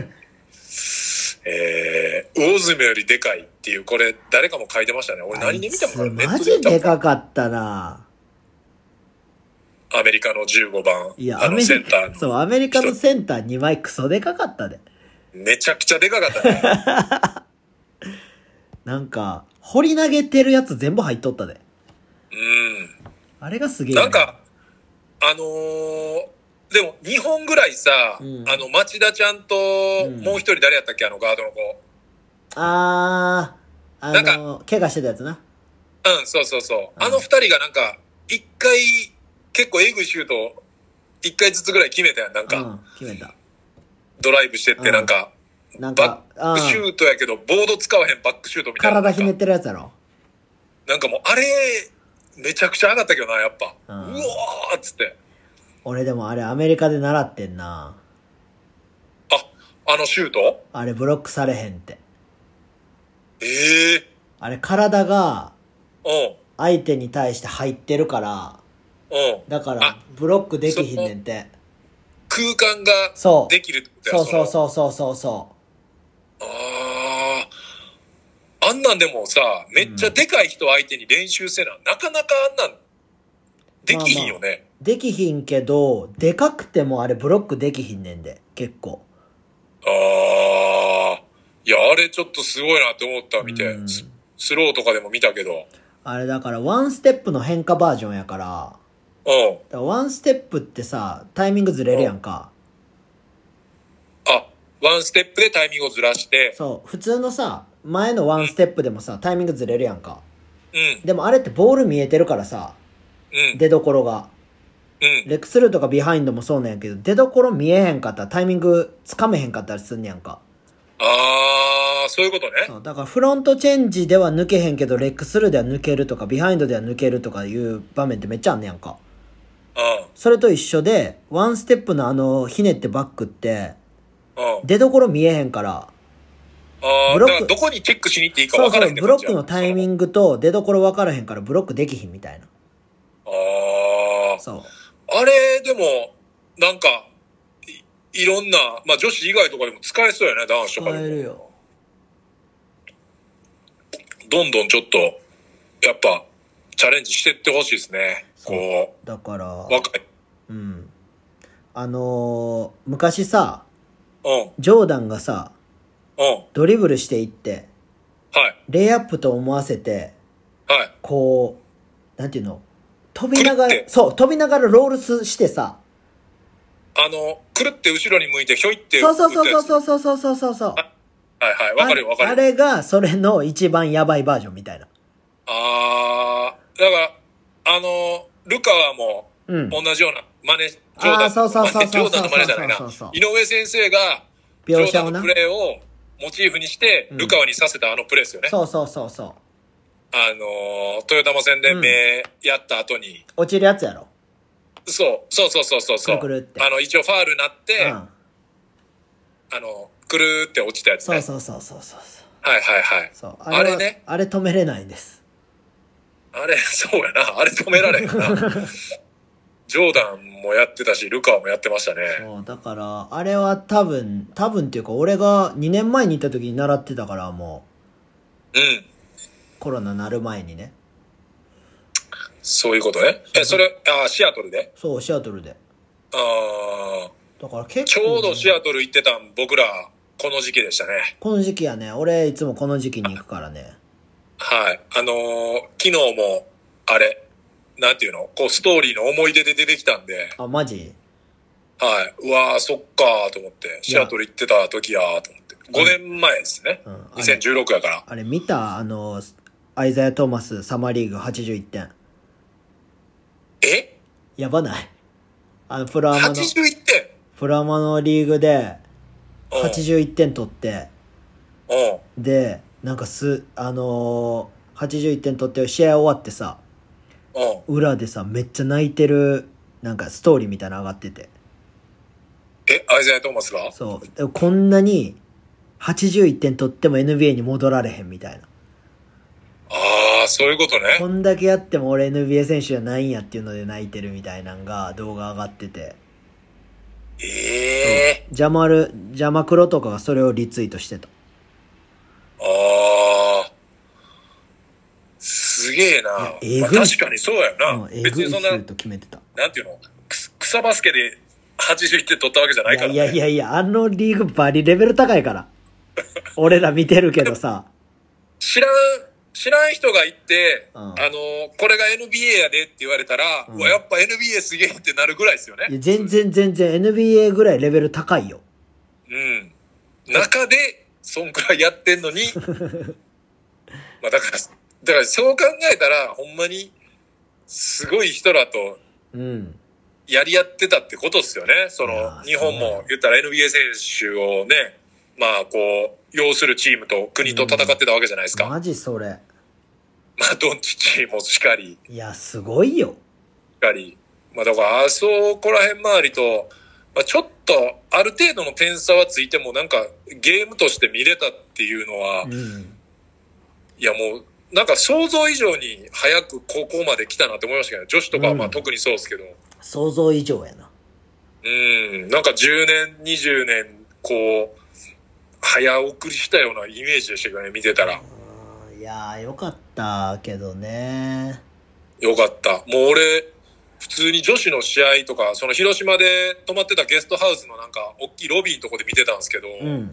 魚住よりでかいっていう、これ誰かも書いてましたね。俺何で見たのかな。 マジでかかったな。 アメリカの15番。 いや、センターの。そう、アメリカのセンター2枚クソでかかったで。 めちゃくちゃでかかったね。なんか、掘り投げてるやつ全部入っとったで。 うん。 あれがすげえ、ね。 なんか、 でも2本ぐらいさ、町田ちゃんと、もう一人誰やったっけガードの子。 なんか、怪我してたやつな。 そうそうそう。あの二人がなんか、一回、結構エグいシュート、一回ずつぐらい決めたやん、なんか。 決めた。 ドライブしてってなんか、バックシュートやけど、ボード使わへんバックシュートみたいな。 体ひねってるやつやろ。 なんかもう、あれ、めちゃくちゃ上がったけどな、やっぱ。うわーっつって。 俺でもあれアメリカで習ってんな。 あのシュート？ あれブロックされへんって。 あれ体が、相手に対して入ってるから、だからブロックできひんねんて。 空間ができるってそう。 あんなんでもさ、めっちゃでかい人相手に練習せな、なかなかあんなんできひんよね。 できひんけど、でかくてもあれブロックできひんねんで、結構。 いや、あれちょっとすごいなって思った、見て。スローとかでも見たけど。 あれだからワンステップの変化バージョンやから、だからワンステップってさ、タイミングずれるやんか。 ワンステップでタイミングをずらして。 そう。普通のさ、前のワンステップでもさ、タイミングずれるやんか。でもあれってボール見えてるからさ、出どころが。レックスルーとかビハインドもそうなんやけど、出どころ見えへんかったらタイミングつかめへんかったりすんねやんか。 そういうことね。 そう。だからフロントチェンジでは抜けへんけど、レックスルーでは抜けるとか、ビハインドでは抜けるとかいう場面ってめっちゃあんねやんか。それと一緒で、ワンステップのひねってバックって、出どころ見えへんから、 ブロック、どこにチェックしに行っていいか分からへんねん。 ブロックのタイミングと出どころ分からへんからブロックできひんみたいな。そう。 あれ、でも、なんか、いろんな、まあ女子以外とかでも使えそうやね、男子とかでも。 使えるよ。 どんどんちょっと、やっぱ、チャレンジしてってほしいですね。こう。 だから、 若い。 昔さ、ジョーダンがさ、ドリブルしていって、レイアップと思わせて、こう、なんていうの、飛びながらロールスしてさ、 くるって後ろに向いてひょいって。 そう。 はい、わかるよ。 あれが、それの一番やばいバージョンみたいな。 だからルカワも、同じような真似、ジョーダンの真似じゃないな。井上先生が、ジョーダンのプレーをモチーフにして、ルカワにさせたあのプレーですよね。 そう。 豊玉戦で目やった後に。 落ちるやつやろ。 そう。 くるって。 一応ファールなって、くるって落ちたやつね。 そう。 はい。 そう。 あれね。 あれ止めれないんです。 あれ、そうやな。あれ止められへんな。ジョーダンもやってたし、ルカワもやってましたね。 そう、だから、あれは多分っていうか、俺が2年前に行った時に習ってたから、もう。コロナなる前にね。 そういうことね。それ、シアトルで？ そう、シアトルで。だから結構、ちょうどシアトル行ってたん、僕ら、この時期でしたね。 この時期やね。俺、いつもこの時期に行くからね。 はい。昨日も、あれ、なんていうの？こう、ストーリーの思い出で出てきたんで。 マジ？ はい。うわー、そっかーと思って。シアトル行ってた時やーと思って。5年前ですね。2016やから。 あれ見た？アイザヤ・トーマス、サマーリーグ81点。やばない？プロアマの。 81点？ プロアマのリーグで、81点取って、で、なんか81点取って試合終わってさ、裏でさ、めっちゃ泣いてる、なんかストーリーみたいなの上がってて。 アイザヤ・トーマスが？ そう。でもこんなに、81点取っても NBA に戻られへんみたいな。 そういうことね。 こんだけやっても俺 NBA 選手じゃないんやっていうので泣いてるみたいなんが動画上がってて。ジャマクロとかがそれをリツイートしてた。 すげえな。確かにそうやな。別にそんな、なんていうの？草バスケで81点取ったわけじゃないからね。 いや、あのリーグバリレベル高いから。俺ら見てるけどさ。 知ら知らん人が行って、 うん、 これが NBA やでって言われたら、うわ、やっぱ NBA すげえってなるぐらいですよね。 いや全然 NBA ぐらいレベル高いよ。 うん。中で、そんくらいやってんのに、まあだからそう考えたら、ほんまに、すごい人らと、やり合ってたってことっすよね。日本も言ったら NBA 選手をね、まあこう、要するチームと国と戦ってたわけじゃないですか。 マジそれ。 まあドンチッチもしかり。 いや、すごいよ。 しかり。まあだから、そこら辺周りと、まあ、ちょっと、ある程度の点差はついても、なんか、ゲームとして見れたっていうのは、いやもう、なんか想像以上に早くここまで来たなって思いましたけど、女子とかはまあ特にそうですけど。 想像以上やな。 なんか10年、20年、こう、早送りしたようなイメージでしたけどね、見てたら。 いやー、よかったけどね。 よかった。もう俺、普通に女子の試合とか、その広島で泊まってたゲストハウスのなんか、大きいロビーのとこで見てたんですけど、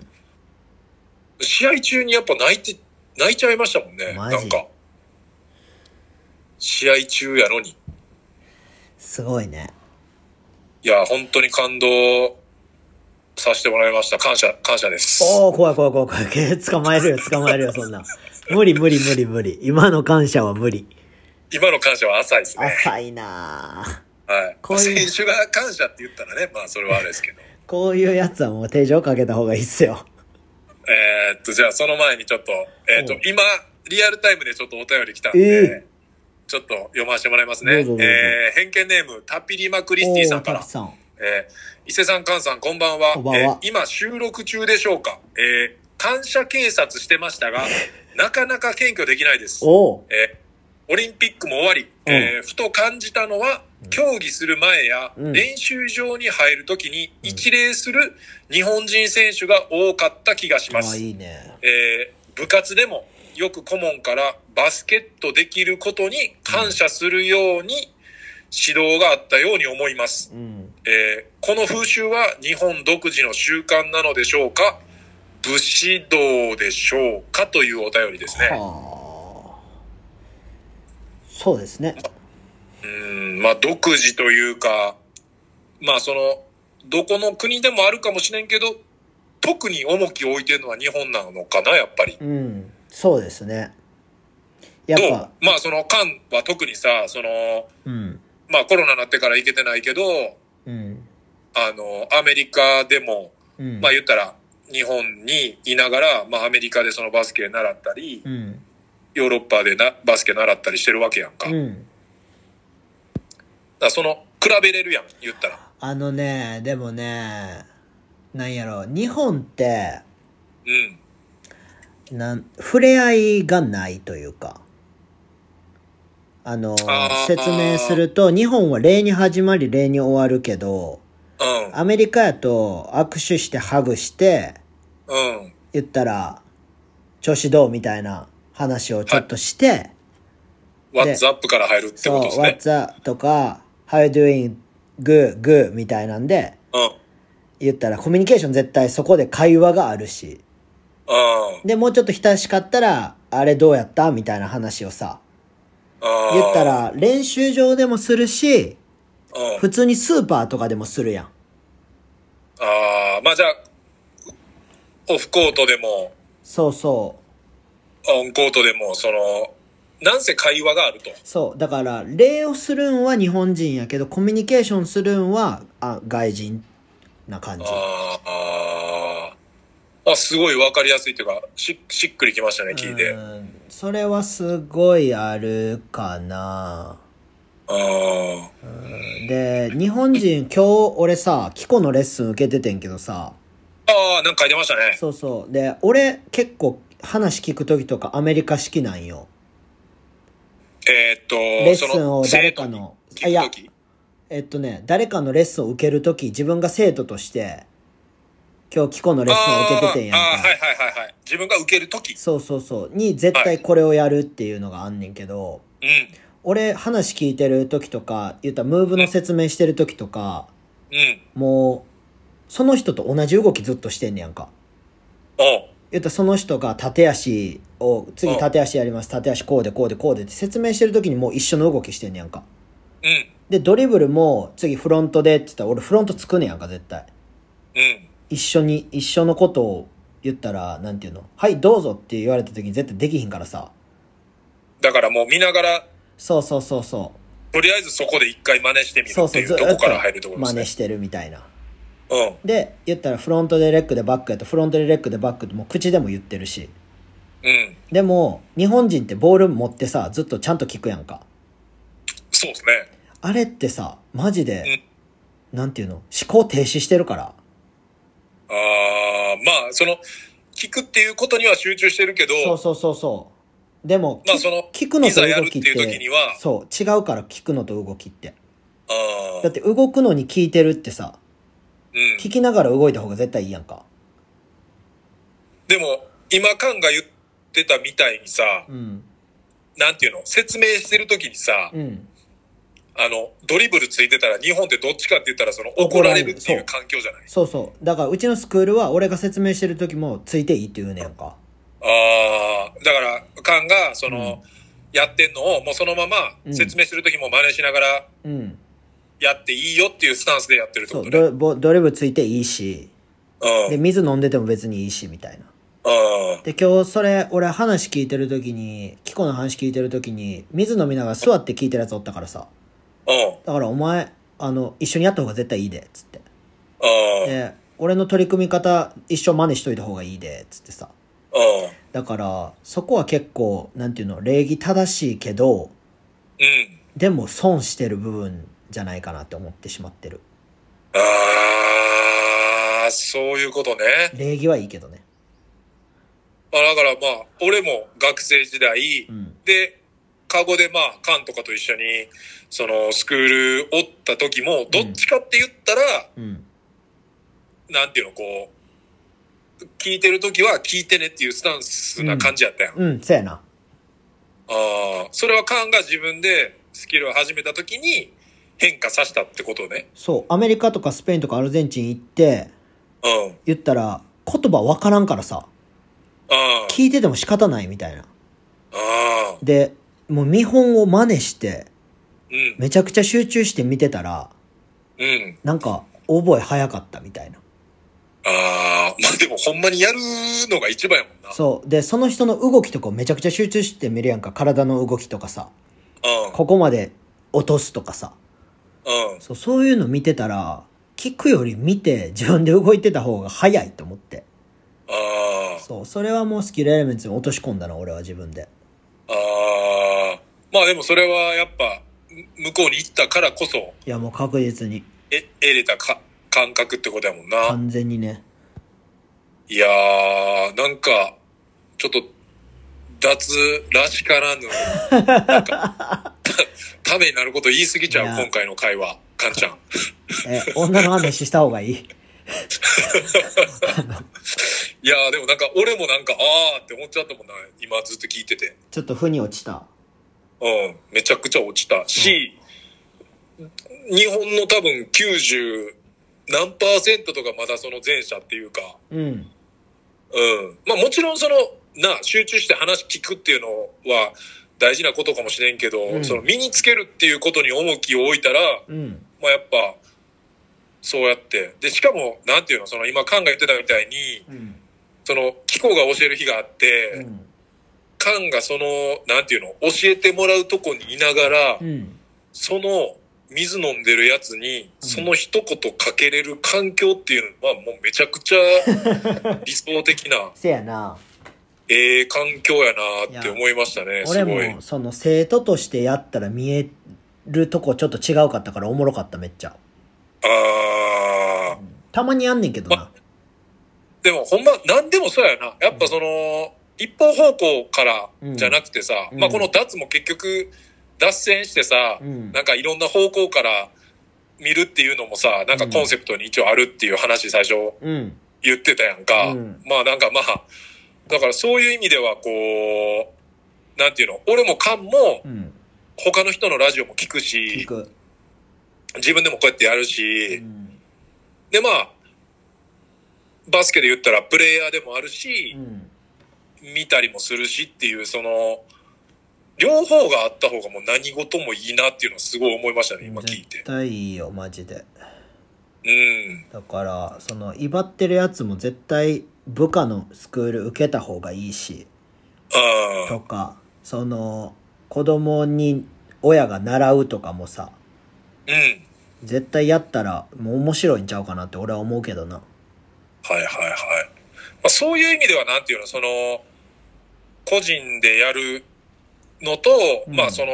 試合中にやっぱ泣いちゃいましたもんね。なんか。試合中やのに。 すごいね。 いや、本当に感動させてもらいました。感謝です。 おー、怖い。捕まえるよ、そんな。無理。今の感謝は無理。 今の感謝は浅いですね。 浅いなぁ。はい。選手が感謝って言ったらね、まあそれはあれですけど。 こういうやつはもう手錠かけた方がいいっすよ。 じゃあその前にちょっと、今、リアルタイムでちょっとお便り来たんで、ちょっと読ませてもらいますね。偏見ネーム、タピリマクリスティさんから。伊勢さん、菅さん、こんばんは。今収録中でしょうか。感謝警察してましたが、なかなか検挙できないです。オリンピックも終わり、ふと感じたのは、競技する前や練習場に入るときに一礼する日本人選手が多かった気がします。 いいね。 部活でもよく顧問からバスケットできることに感謝するように指導があったように思います。この風習は日本独自の習慣なのでしょうか、武士道でしょうかというお便りですね。 そうですね。 まあ独自というか、まあどこの国でもあるかもしれんけど、特に重きを置いてるのは日本なのかな、やっぱり。 そうですね。やっぱ。 まあ韓は特にさ、まあコロナになってから行けてないけど、アメリカでも、まあ言ったら日本にいながら、まあアメリカでそのバスケ習ったり、ヨーロッパでバスケ習ったりしてるわけやんか。だ比べれるやん、言ったら。 でもね、なんやろ、日本って、触れ合いがないというか、説明すると、日本は礼に始まり礼に終わるけど、アメリカやと握手してハグして、言ったら、調子どうみたいな話をちょっとして、 What's up から入るってことですね。 そう、What's up とか、How you doing? Good みたいなんで、言ったらコミュニケーション絶対そこで会話があるし、で、もうちょっと親しかったら、あれどうやったみたいな話をさ、言ったら練習場でもするし、普通にスーパーとかでもするやん。 まあじゃあ、オフコートでも、 そうそう。 オンコートでも、なんせ会話があると。 そう。だから、礼をするんは日本人やけど、コミュニケーションするんは、外人な感じ。 すごいわかりやすいというか、しっくりきましたね、聞いて。 それはすごいあるかな。で、日本人、今日俺さ、キコのレッスン受けててんけどさ。 なんか書いてましたね。 そうそう。で、俺結構話聞くときとかアメリカ式なんよ。レッスンを誰かの、誰かのレッスンを受けるとき、自分が生徒として、今日キコのレッスンを受けててんやんか。 はい。自分が受けるとき。 そう。に絶対これをやるっていうのがあんねんけど、俺話聞いてるときとか、言ったらムーブの説明してるときとか、もう、その人と同じ動きずっとしてんねやんか。 言ったらその人が縦足を、次縦足やります、縦足こうでこうでこうでって説明してる時にもう一緒の動きしてんねやんか。 うん。 で、ドリブルも次フロントでって言ったら俺フロントつくねやんか、絶対。 うん。 一緒のことを言ったら、なんていうの、はいどうぞって言われた時に絶対できひんからさ。 だからもう見ながら、 そうそうそうそう。 とりあえずそこで一回真似してみるっていう、 そうそう、 どこから入るところですね。 真似してるみたいな。 うん。 で、言ったらフロントでレッグでバックやとフロントでレッグでバックってもう口でも言ってるし。 うん。 でも、日本人ってボール持ってさ、ずっとちゃんと聞くやんか。 そうですね。 あれってさ、マジで、なんていうの、思考停止してるから。 まあ、聞くっていうことには集中してるけど、 そうそうそうそう。でも、 まあ聞くのと動きって、 いざやるっていう時にはそう、違うから聞くのと動きって。 あだって動くのに聞いてるってさ、 うん。 聞きながら動いた方が絶対いいやんか。 でも、今カンが言ってたみたいにさ、 うん。 なんていうの、説明してる時にさ、 うん。 ドリブルついてたら日本ってどっちかって言ったら怒られるっていう環境じゃない？ そうそう。だからうちのスクールは俺が説明してる時もついていいって言うねやんか。 だから、カンが、やってんのをもうそのまま説明する時も真似しながら、やっていいよっていうスタンスでやってるってことね。 そう、ドリブルついていいし、で、水飲んでても別にいいし、みたいな。で、今日それ、俺話聞いてる時に、キコの話聞いてる時に、水飲みながら座って聞いてるやつおったからさ。だからお前、一緒にやった方が絶対いいで、つって。で、俺の取り組み方一生真似しといた方がいいで、つってさ。だから、そこは結構、なんていうの、礼儀正しいけど、でも損してる部分じゃないかなって思ってしまってる。 そういうことね。 礼儀はいいけどね。 だからまあ、俺も学生時代、で、カゴでまあ、カンとかと一緒に、スクールおった時も、どっちかって言ったら、なんていうの、こう、聞いてる時は聞いてねっていうスタンスな感じやったやん。 そうやな。 それはカンが自分でスキルを始めた時に変化させたってことね。 そう、アメリカとかスペインとかアルゼンチン行って、言ったら、言葉わからんからさ、聞いてても仕方ないみたいな。で、もう見本を真似して、めちゃくちゃ集中して見てたら、なんか、覚え早かったみたいな。 まあでもほんまにやるのが一番やもんな。 そう。で、その人の動きとかをめちゃくちゃ集中して見るやんか。体の動きとかさ。ここまで落とすとかさ。そういうの見てたら、聞くより見て自分で動いてた方が早いと思って。そう。それはもうスキルエレメンツに落とし込んだな、俺は自分で。 まあでもそれはやっぱ、向こうに行ったからこそ。 いやもう確実に。 得れた感覚ってことやもんな。 完全にね。 いやー、なんか、ちょっと、脱らしからぬ、なんか、ためになること言い過ぎちゃう、今回の会話、カンちゃん。 女の話した方がいいいやー、でもなんか、俺もなんか、って思っちゃったもんな、今ずっと聞いてて。 ちょっと負に落ちた。 めちゃくちゃ落ちたし、日本の多分90何%とかまだその前者っていうか、まあもちろん集中して話聞くっていうのは大事なことかもしれんけど、身につけるっていうことに重きを置いたら、まあやっぱ、そうやって。で、しかも、なんていうの、今カンが言ってたみたいに、キコが教える日があって、カンがなんていうの、教えてもらうとこにいながら、水飲んでるやつに、その一言かけれる環境っていうのはもうめちゃくちゃ理想的な。 せやな。 環境やなって思いましたね。 俺も、生徒としてやったら見えるとこちょっと違うかったからおもろかった、めっちゃ。たまにやんねんけどな。 でもほんま、なんでもそうやな。やっぱ一方方向からじゃなくてさ、まあこの脱も結局、脱線してさ、なんかいろんな方向から見るっていうのもさ、なんかコンセプトに一応あるっていう話最初言ってたやんか。まあなんかまあ、だからそういう意味ではこう、なんていうの、俺もカンも他の人のラジオも聞くし、自分でもこうやってやるし、でまあ、 バスケで言ったらプレイヤーでもあるし、見たりもするしっていう、その、両方があった方がもう何事もいいなっていうのをすごい思いましたね、今聞いて。 絶対いいよ、マジで。 だから、その、威張ってるやつも絶対部下のスクール受けた方がいいし、とか、その、子供に親が習うとかもさ、絶対やったらもう面白いんちゃうかなって俺は思うけどな。 はいはいはい。まあ、そういう意味ではなんていうの、その、個人でやるのと、まあその、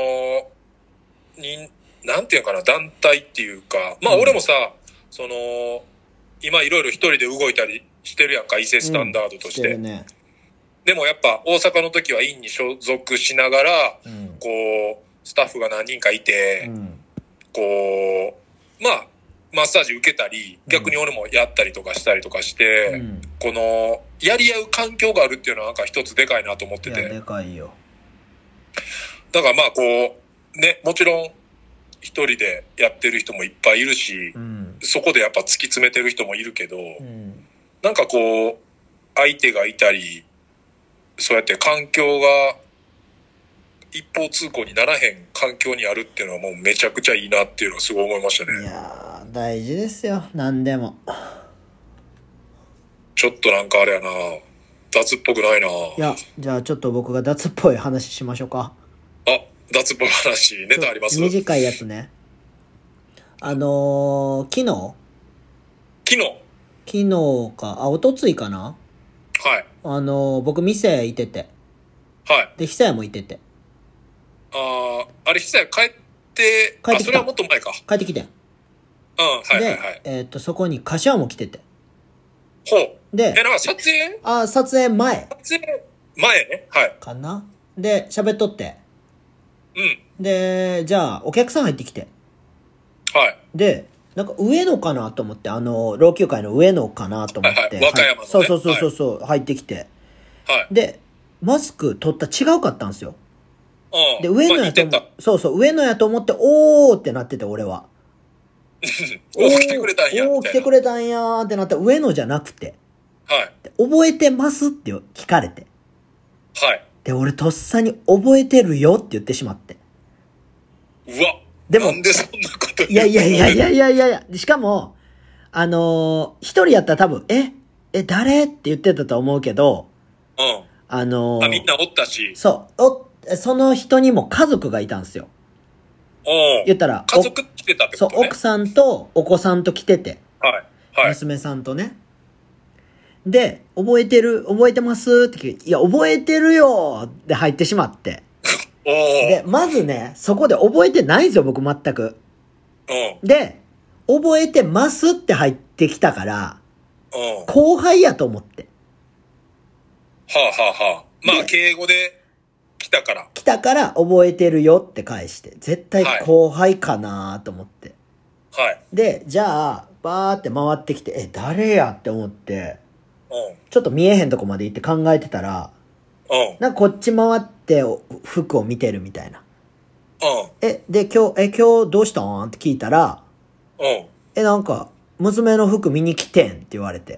なんていうかな、団体っていうか、まあ俺もさ、その、今いろいろ一人で動いたりしてるやんか、伊勢スタンダードとして。ね、でもやっぱ大阪の時は院に所属しながら、こう、スタッフが何人かいて、こう、まあ、マッサージ受けたり、逆に俺もやったりとかしたりとかして、この、やり合う環境があるっていうのはなんか一つでかいなと思ってて。いや、 でかいよ。 だからまあこう、ね、もちろん一人でやってる人もいっぱいいるし、そこでやっぱ突き詰めてる人もいるけど、なんかこう、相手がいたり、そうやって環境が一方通行にならへん環境にあるっていうのはもうめちゃくちゃいいなっていうのはすごい思いましたね。 いやー、大事ですよ、何でも。 ちょっとなんかあれやな、脱っぽくないな。いや、じゃあちょっと僕が脱っぽい話しましょうか。 脱っぽい話、ネタあります？ 短いやつね。昨日か、おとついかな？はい。僕、店いてて。はい。で、久屋もいてて。 あれ、久屋帰ってきた。それはもっと前か。 帰ってきてん。 はいはいはい。 で、そこに柏も来てて。 ほう。で、なんか撮影？ 撮影前。 撮影前ね。はい。 かな？で、喋っとって。で、じゃあ、お客さん入ってきて。はい。で、なんか上野かなと思って、老朽化の上野かなと思って。 和歌山のね。 そう、入ってきて。はい。で、マスク取った違うかったんですよ。で、上野やと思って、上野やと思って、おーってなってて、俺は。 来てくれたんや。 来てくれたんやーってなったら、上野じゃなくて。はい。覚えてますって聞かれて。はい。で、俺とっさに覚えてるよって言ってしまって。 うわ。でも。なんでそんなこと言うの？いや。しかも、一人やったら多分、誰って言ってたと思うけど、 みんなおったし。 そう。その人にも家族がいたんですよ。言ったら、 家族来てたってことね。 そう、奥さんとお子さんと来てて。はい。娘さんとね。で、覚えてますって聞いて、いや、覚えてるよって入ってしまって。で、まずね、そこで覚えてないんですよ、僕全く。で、覚えてますって入ってきたから、後輩やと思って。 まあ、敬語で来たから覚えてるよって返して。絶対後輩かなと思って。はい。で、じゃあ、バーって回ってきて、誰やって思って、ちょっと見えへんとこまで行って考えてたら、なんかこっち回って服を見てるみたいな。で、今日どうしたんって聞いたら、なんか、娘の服見に来てんって言われて。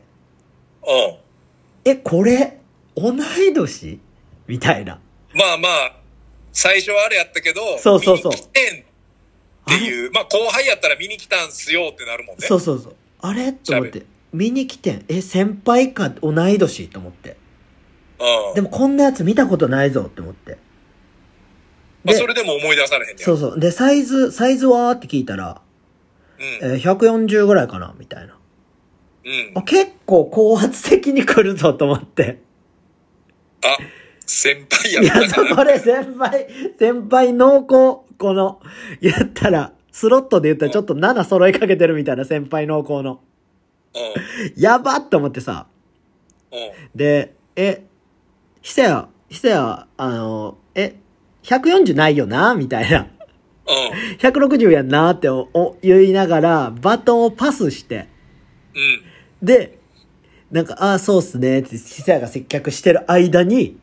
これ、同い年みたいな。 まあ、最初はあれやったけど、 そう。 見に来てんっていう、まあ後輩やったら見に来たんすよってなるもんね。 そう。あれと思って、見に来てん。先輩か同い年と思って。でもこんなやつ見たことないぞって思って。 それでも思い出されへんね。 そう。で、サイズはって聞いたら、140ぐらいかなみたいな。結構高圧的に来るぞと思って。 先輩やったかな。 それ先輩濃厚。この、言ったら、スロットで言ったらちょっと7揃いかけてるみたいな先輩濃厚の。やばっと思ってさ。で、久屋、140ないよなみたいな。160やんなって言いながら、バトンをパスして。で、なんか、そうっすねって、久屋が接客してる間に、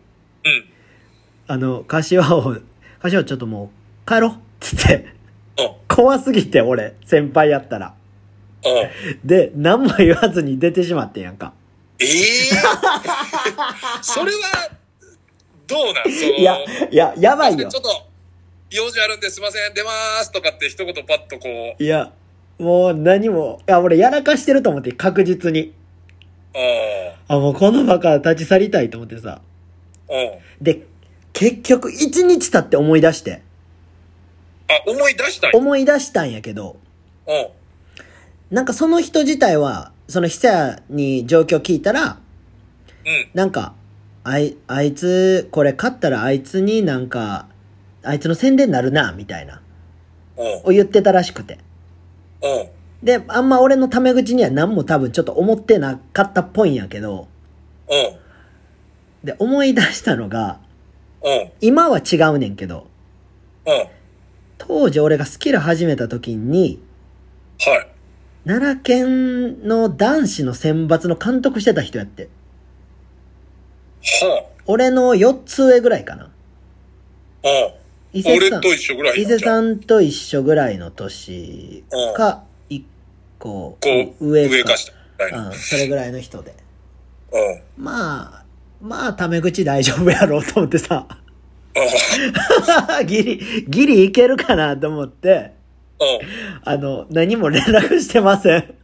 柏ちょっともう、帰ろうっつって。怖すぎて、俺、先輩やったら。で、何も言わずに出てしまってんやんか。 それは、どうなんやばいよ。 ちょっと、用事あるんですいません、出まーすとかって一言パッとこう。 いや、もう何も、俺やらかしてると思って、確実に。もうこの場から立ち去りたいと思ってさ。で、結局1日経って思い出して。 思い出したんやけど。なんかその人自体は、その久屋に状況聞いたら、なんか、あいつ、これ買ったらあいつになんか、あいつの宣伝になるな、みたいな。を言ってたらしくて。で、あんま俺のタメ口には何も多分ちょっと思ってなかったっぽいんやけど。で、思い出したのが、今は違うねんけど、当時俺がスキル始めた時に、奈良県の男子の選抜の監督してた人やって。俺の4つ上ぐらいかな。 俺と一緒ぐらい。 伊勢さんと一緒ぐらいの年か、1個上かした。それぐらいの人で。まあ、タメ口大丈夫やろうと思ってさ。ギリいけるかなと思って、何も連絡してません。こ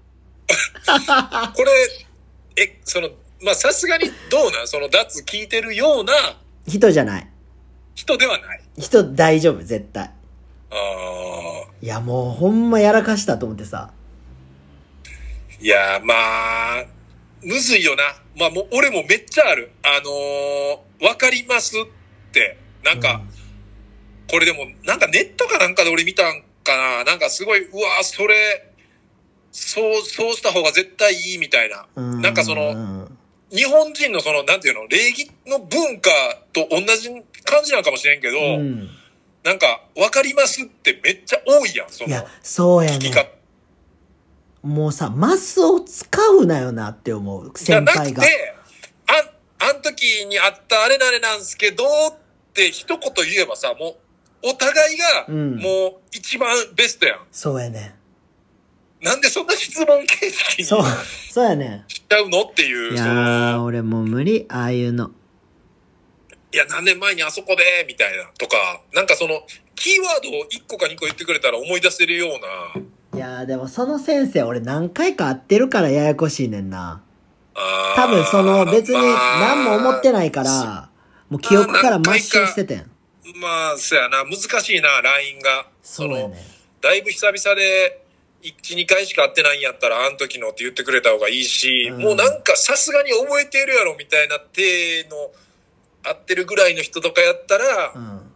れ、まあ、さすがにどうなんその脱聞いてるような人じゃない。 人ではない。 人大丈夫、絶対。いや、もうほんまやらかしたと思ってさ。 いや、まあ、むずいよな。まあ、もう俺もめっちゃある。わかりますって。なんか、これでも、なんかネットかなんかで俺見たんかな。なんかすごい、うわそれ、そうした方が絶対いいみたいな。なんか日本人のなんていうの、礼儀の文化と同じ感じなのかもしれんけど、なんか、わかりますってめっちゃ多いやん、 いや、そうやね。もうさ、マスを使うなよなって思う、先輩が。 あん時にあったあれなんすけどって一言言えばさ、もう、お互いが、もう一番ベストやん。 そうやね。 なんでそんな質問形式にそうやね。 しちゃうのっていう。 いやー、俺もう無理、ああいうの。 いや、何年前にあそこで、みたいな、とか、なんかキーワードを1個か2個言ってくれたら思い出せるような。いやー、でもその先生俺何回か会ってるからややこしいねんな。多分別に何も思ってないから、もう記憶から抹消しててん。 まあ、そうやな、難しいな、LINE が。 そうやね。 だいぶ久々で、1、2回しか会ってないんやったら、あの時のって言ってくれた方がいいし、もうなんかさすがに覚えてるやろ、みたいな手の、会ってるぐらいの人とかやったら、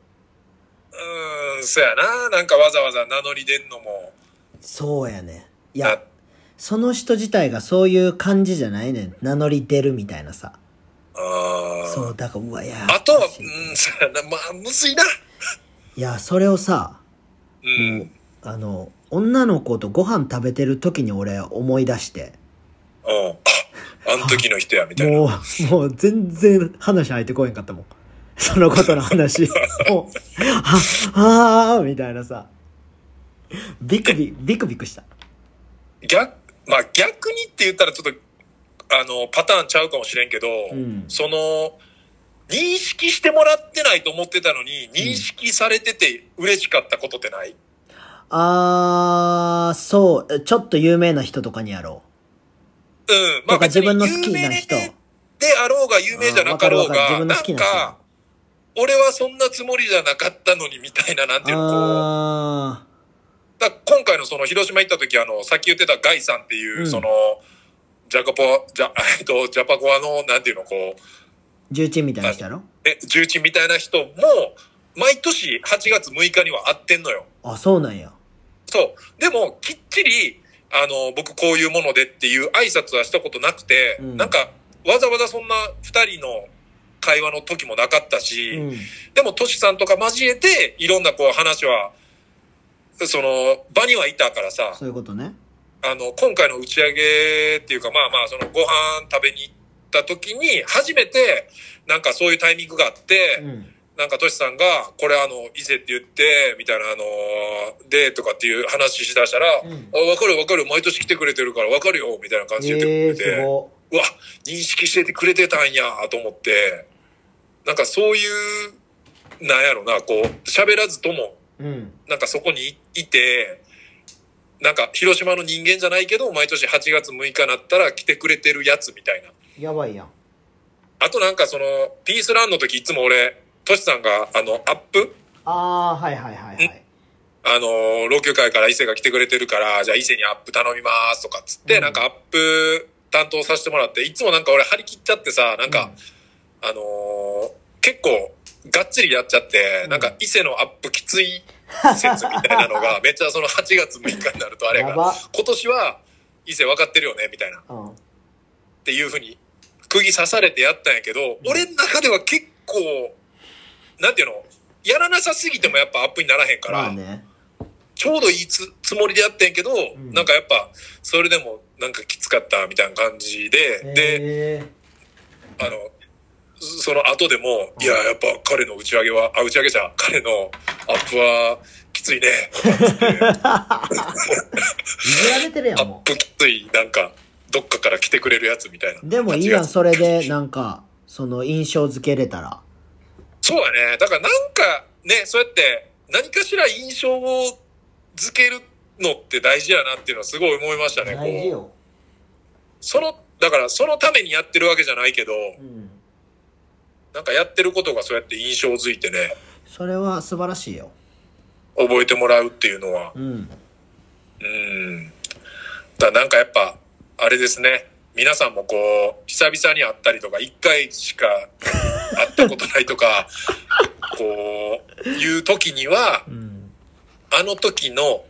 そうやな、なんかわざわざ名乗り出んのも。 そうやね。いや、その人自体がそういう感じじゃないねん。名乗り出るみたいなさ。そう、だから、うわ、いや。 あとは、そうやな、まあ、むずいな。 いや、それをさ、もう、女の子とご飯食べてる時に俺思い出して。 あの時の人や、みたいな。 もう全然話入ってこへんかったもん。そのことの話。もう、みたいなさ。ビクビクした。 まあ逆にって言ったらちょっと、パターンちゃうかもしれんけど、認識してもらってないと思ってたのに、認識されてて嬉しかったことってない？ そう、ちょっと有名な人とかにやろう。まあ自分の好きな人。 であろうが有名じゃなかろうが、なんか、俺はそんなつもりじゃなかったのにみたいな、なんていうの、今回の広島行った時、さっき言ってたガイさんっていう、ジャパコアの、なんていうの、 重鎮みたいな人やろ？ 重鎮みたいな人も、毎年8月6日には会ってんのよ。 あ、そうなんや。 そう。でも、きっちり、僕こういうものでっていう挨拶はしたことなくて、なんか、わざわざそんな2人の会話の時もなかったし、でも、トシさんとか交えて、いろんな話は、場にはいたからさ。 そういうことね。 今回の打ち上げっていうか、まあまあ、ご飯食べに行った時に、初めて、なんかそういうタイミングがあって、なんかトシさんが、これ伊勢って言って、みたいなで、とかっていう話しだしたら、わかる、毎年来てくれてるからわかるよ、みたいな感じで言ってくれて。 うわ、認識しててくれてたんやと思って、なんかそういう、なんやろな、こう、喋らずとも、なんかそこにいて、なんか広島の人間じゃないけど、毎年8月6日になったら来てくれてるやつみたいな。 やばいやん。 あとなんかその、ピースランの時いつも俺、トシさんがアップはいはいはいはい。 老朽会から伊勢が来てくれてるから、じゃあ伊勢にアップ頼みますとかっつって、なんかアップ担当させてもらって、いつもなんか俺張り切っちゃってさ、なんか、結構がっつりやっちゃって、なんか伊勢のアップきつい説みたいなのが、めっちゃその8月6日になるとあれが、今年は伊勢分かってるよね、みたいな。っていうふうに、釘刺されてやったんやけど、俺の中では結構、なんていうの、やらなさすぎてもやっぱアップにならへんから、ちょうどいいつもりでやってんけど、なんかやっぱ、それでもなんかきつかったみたいな感じで、で、その後でも、いや、やっぱ彼の打ち上げじゃ、彼のアップはきついね。いじられてるやん、 アップきつい、なんか、どっかから来てくれるやつみたいな。 でもいいやん、それで、なんか、その印象付けれたら。 そうだね。だからなんか、ね、そうやって、何かしら印象を付けるのって大事やなっていうのはすごい思いましたね。 大事よ。 だからそのためにやってるわけじゃないけど、なんかやってることがそうやって印象づいてね。 それは素晴らしいよ。 覚えてもらうっていうのは。だなんかやっぱ、あれですね。皆さんもこう、久々に会ったりとか、一回しか会ったことないとか、こう、いう時には、あの時の、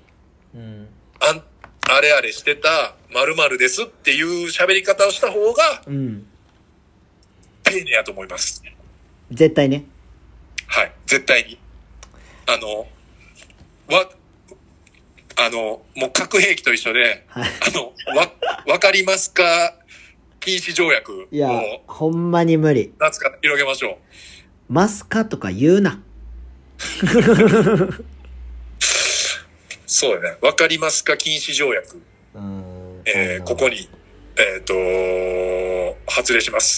あれあれしてた〇〇ですっていう喋り方をした方が、丁寧やと思います。 絶対ね。 はい、絶対に。もう核兵器と一緒で、わかりますか禁止条約を。 いや、ほんまに無理。 夏から広げましょう。 マスカとか言うな。 そうだね。わかりますか禁止条約。ここに、発令します。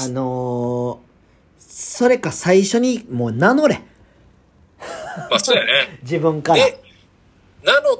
それか最初にもう名乗れ。 まあそうやね。 自分から。で、 名乗って、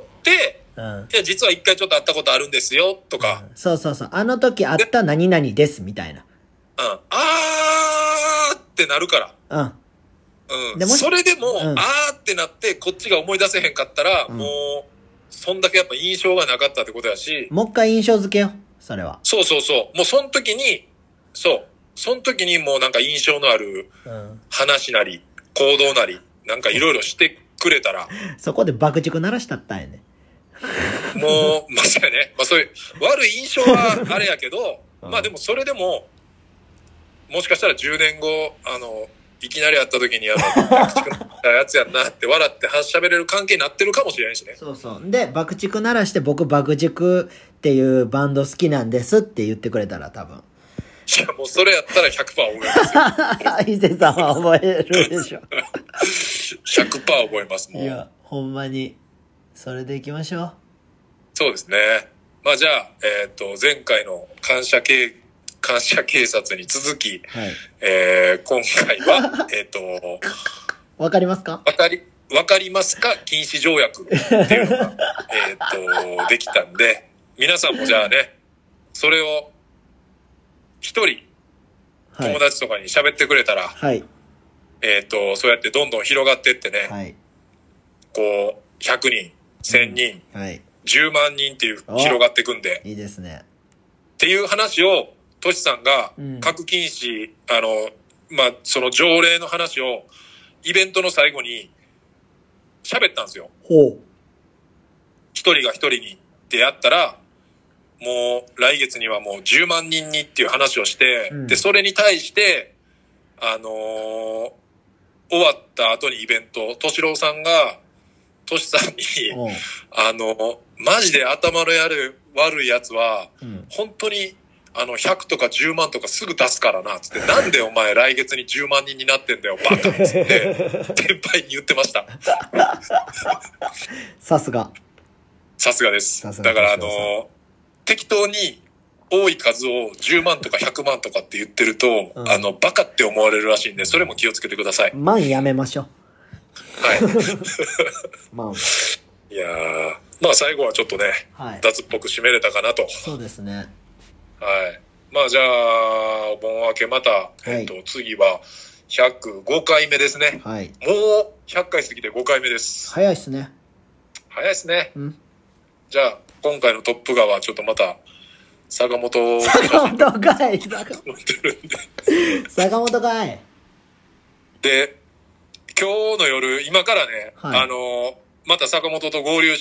いや、実は一回ちょっと会ったことあるんですよ、とか。 そうそうそう。あの時会った何々です、みたいな。 あーってなるから。でもそれでも、あーってなって、こっちが思い出せへんかったら、もう、そんだけやっぱ印象がなかったってことやし。 もう一回印象付けよう、それは。 そうそうそう。もうその時に、その時にもうなんか印象のある話なり、行動なり、なんかいろいろしてくれたら。 そこで爆竹鳴らしたったんやね。 もう、まさやね。まあそういう悪い印象はあれやけど、まあでもそれでも、もしかしたら10年後、いきなり会った時に爆竹鳴ったやつやんなって笑って喋れる関係になってるかもしれないしね。 そうそう。で、爆竹鳴らして僕爆竹っていうバンド好きなんですって言ってくれたら多分。 いや、もうそれやったら 100% 覚えますよ。 伊勢さんは覚えるでしょ。 100% 覚えます、もう。 いや、ほんまに。それで行きましょう。 そうですね。まあじゃあ、前回の感謝警察に続き、今回は、 わかりますか？ わかりますか禁止条約っていうのが、できたんで、皆さんもじゃあね、それを一人、友達とかに喋ってくれたら、そうやってどんどん広がってってね、こう、100人、1000人、10万人っていう広がっていくんで、 いいですね。 っていう話を、トシさんが、核禁止、まあ、その条例の話を、イベントの最後に、喋ったんですよ。一人が一人にってやったら、もう来月にはもう10万人にっていう話をして、で、それに対して、終わった後にイベント、敏郎さんが、トシさんに、マジで頭の悪いやつは、本当に、100とか10万とかすぐ出すからな、つって、なんでお前来月に10万人になってんだよ、バカつって、先輩に言ってました。 さすが。 さすがです。だから適当に多い数を10万とか100万とかって言ってると、 うん、 バカって思われるらしいんで、それも気をつけてください。 万やめましょう。 はい。 万。 いやー、まあ最後はちょっとね、はい、脱っぽく締めれたかなと。 そうですね。 はい。まあじゃあ、お盆明けまた、はい、次は105回目ですね。 はい。 もう100回過ぎて5回目です。 早いっすね。 早いっすね。 うん。 じゃあ、今回のトップガはちょっとまた、坂本かい坂本かいで、今日の夜、今からね、はい、また坂本と合流して、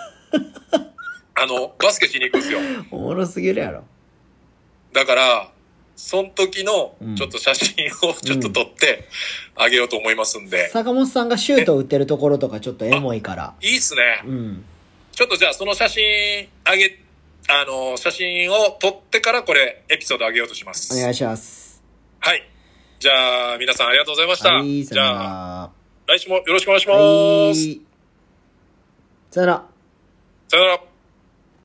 バスケしに行くんですよ。 おもろすぎるやろ。 だから、その時の、ちょっと写真をちょっと撮ってあげようと思いますんで。 坂本さんがシュート打ってるところとかちょっとエモいから。 いいっすね。 うん。 ちょっとじゃあその写真写真を撮ってからこれエピソードあげようとします。 お願いします。 はい。じゃあ皆さんありがとうございました。 はい、 じゃあ来週もよろしくお願いします。 はい。さよなら。 さよなら。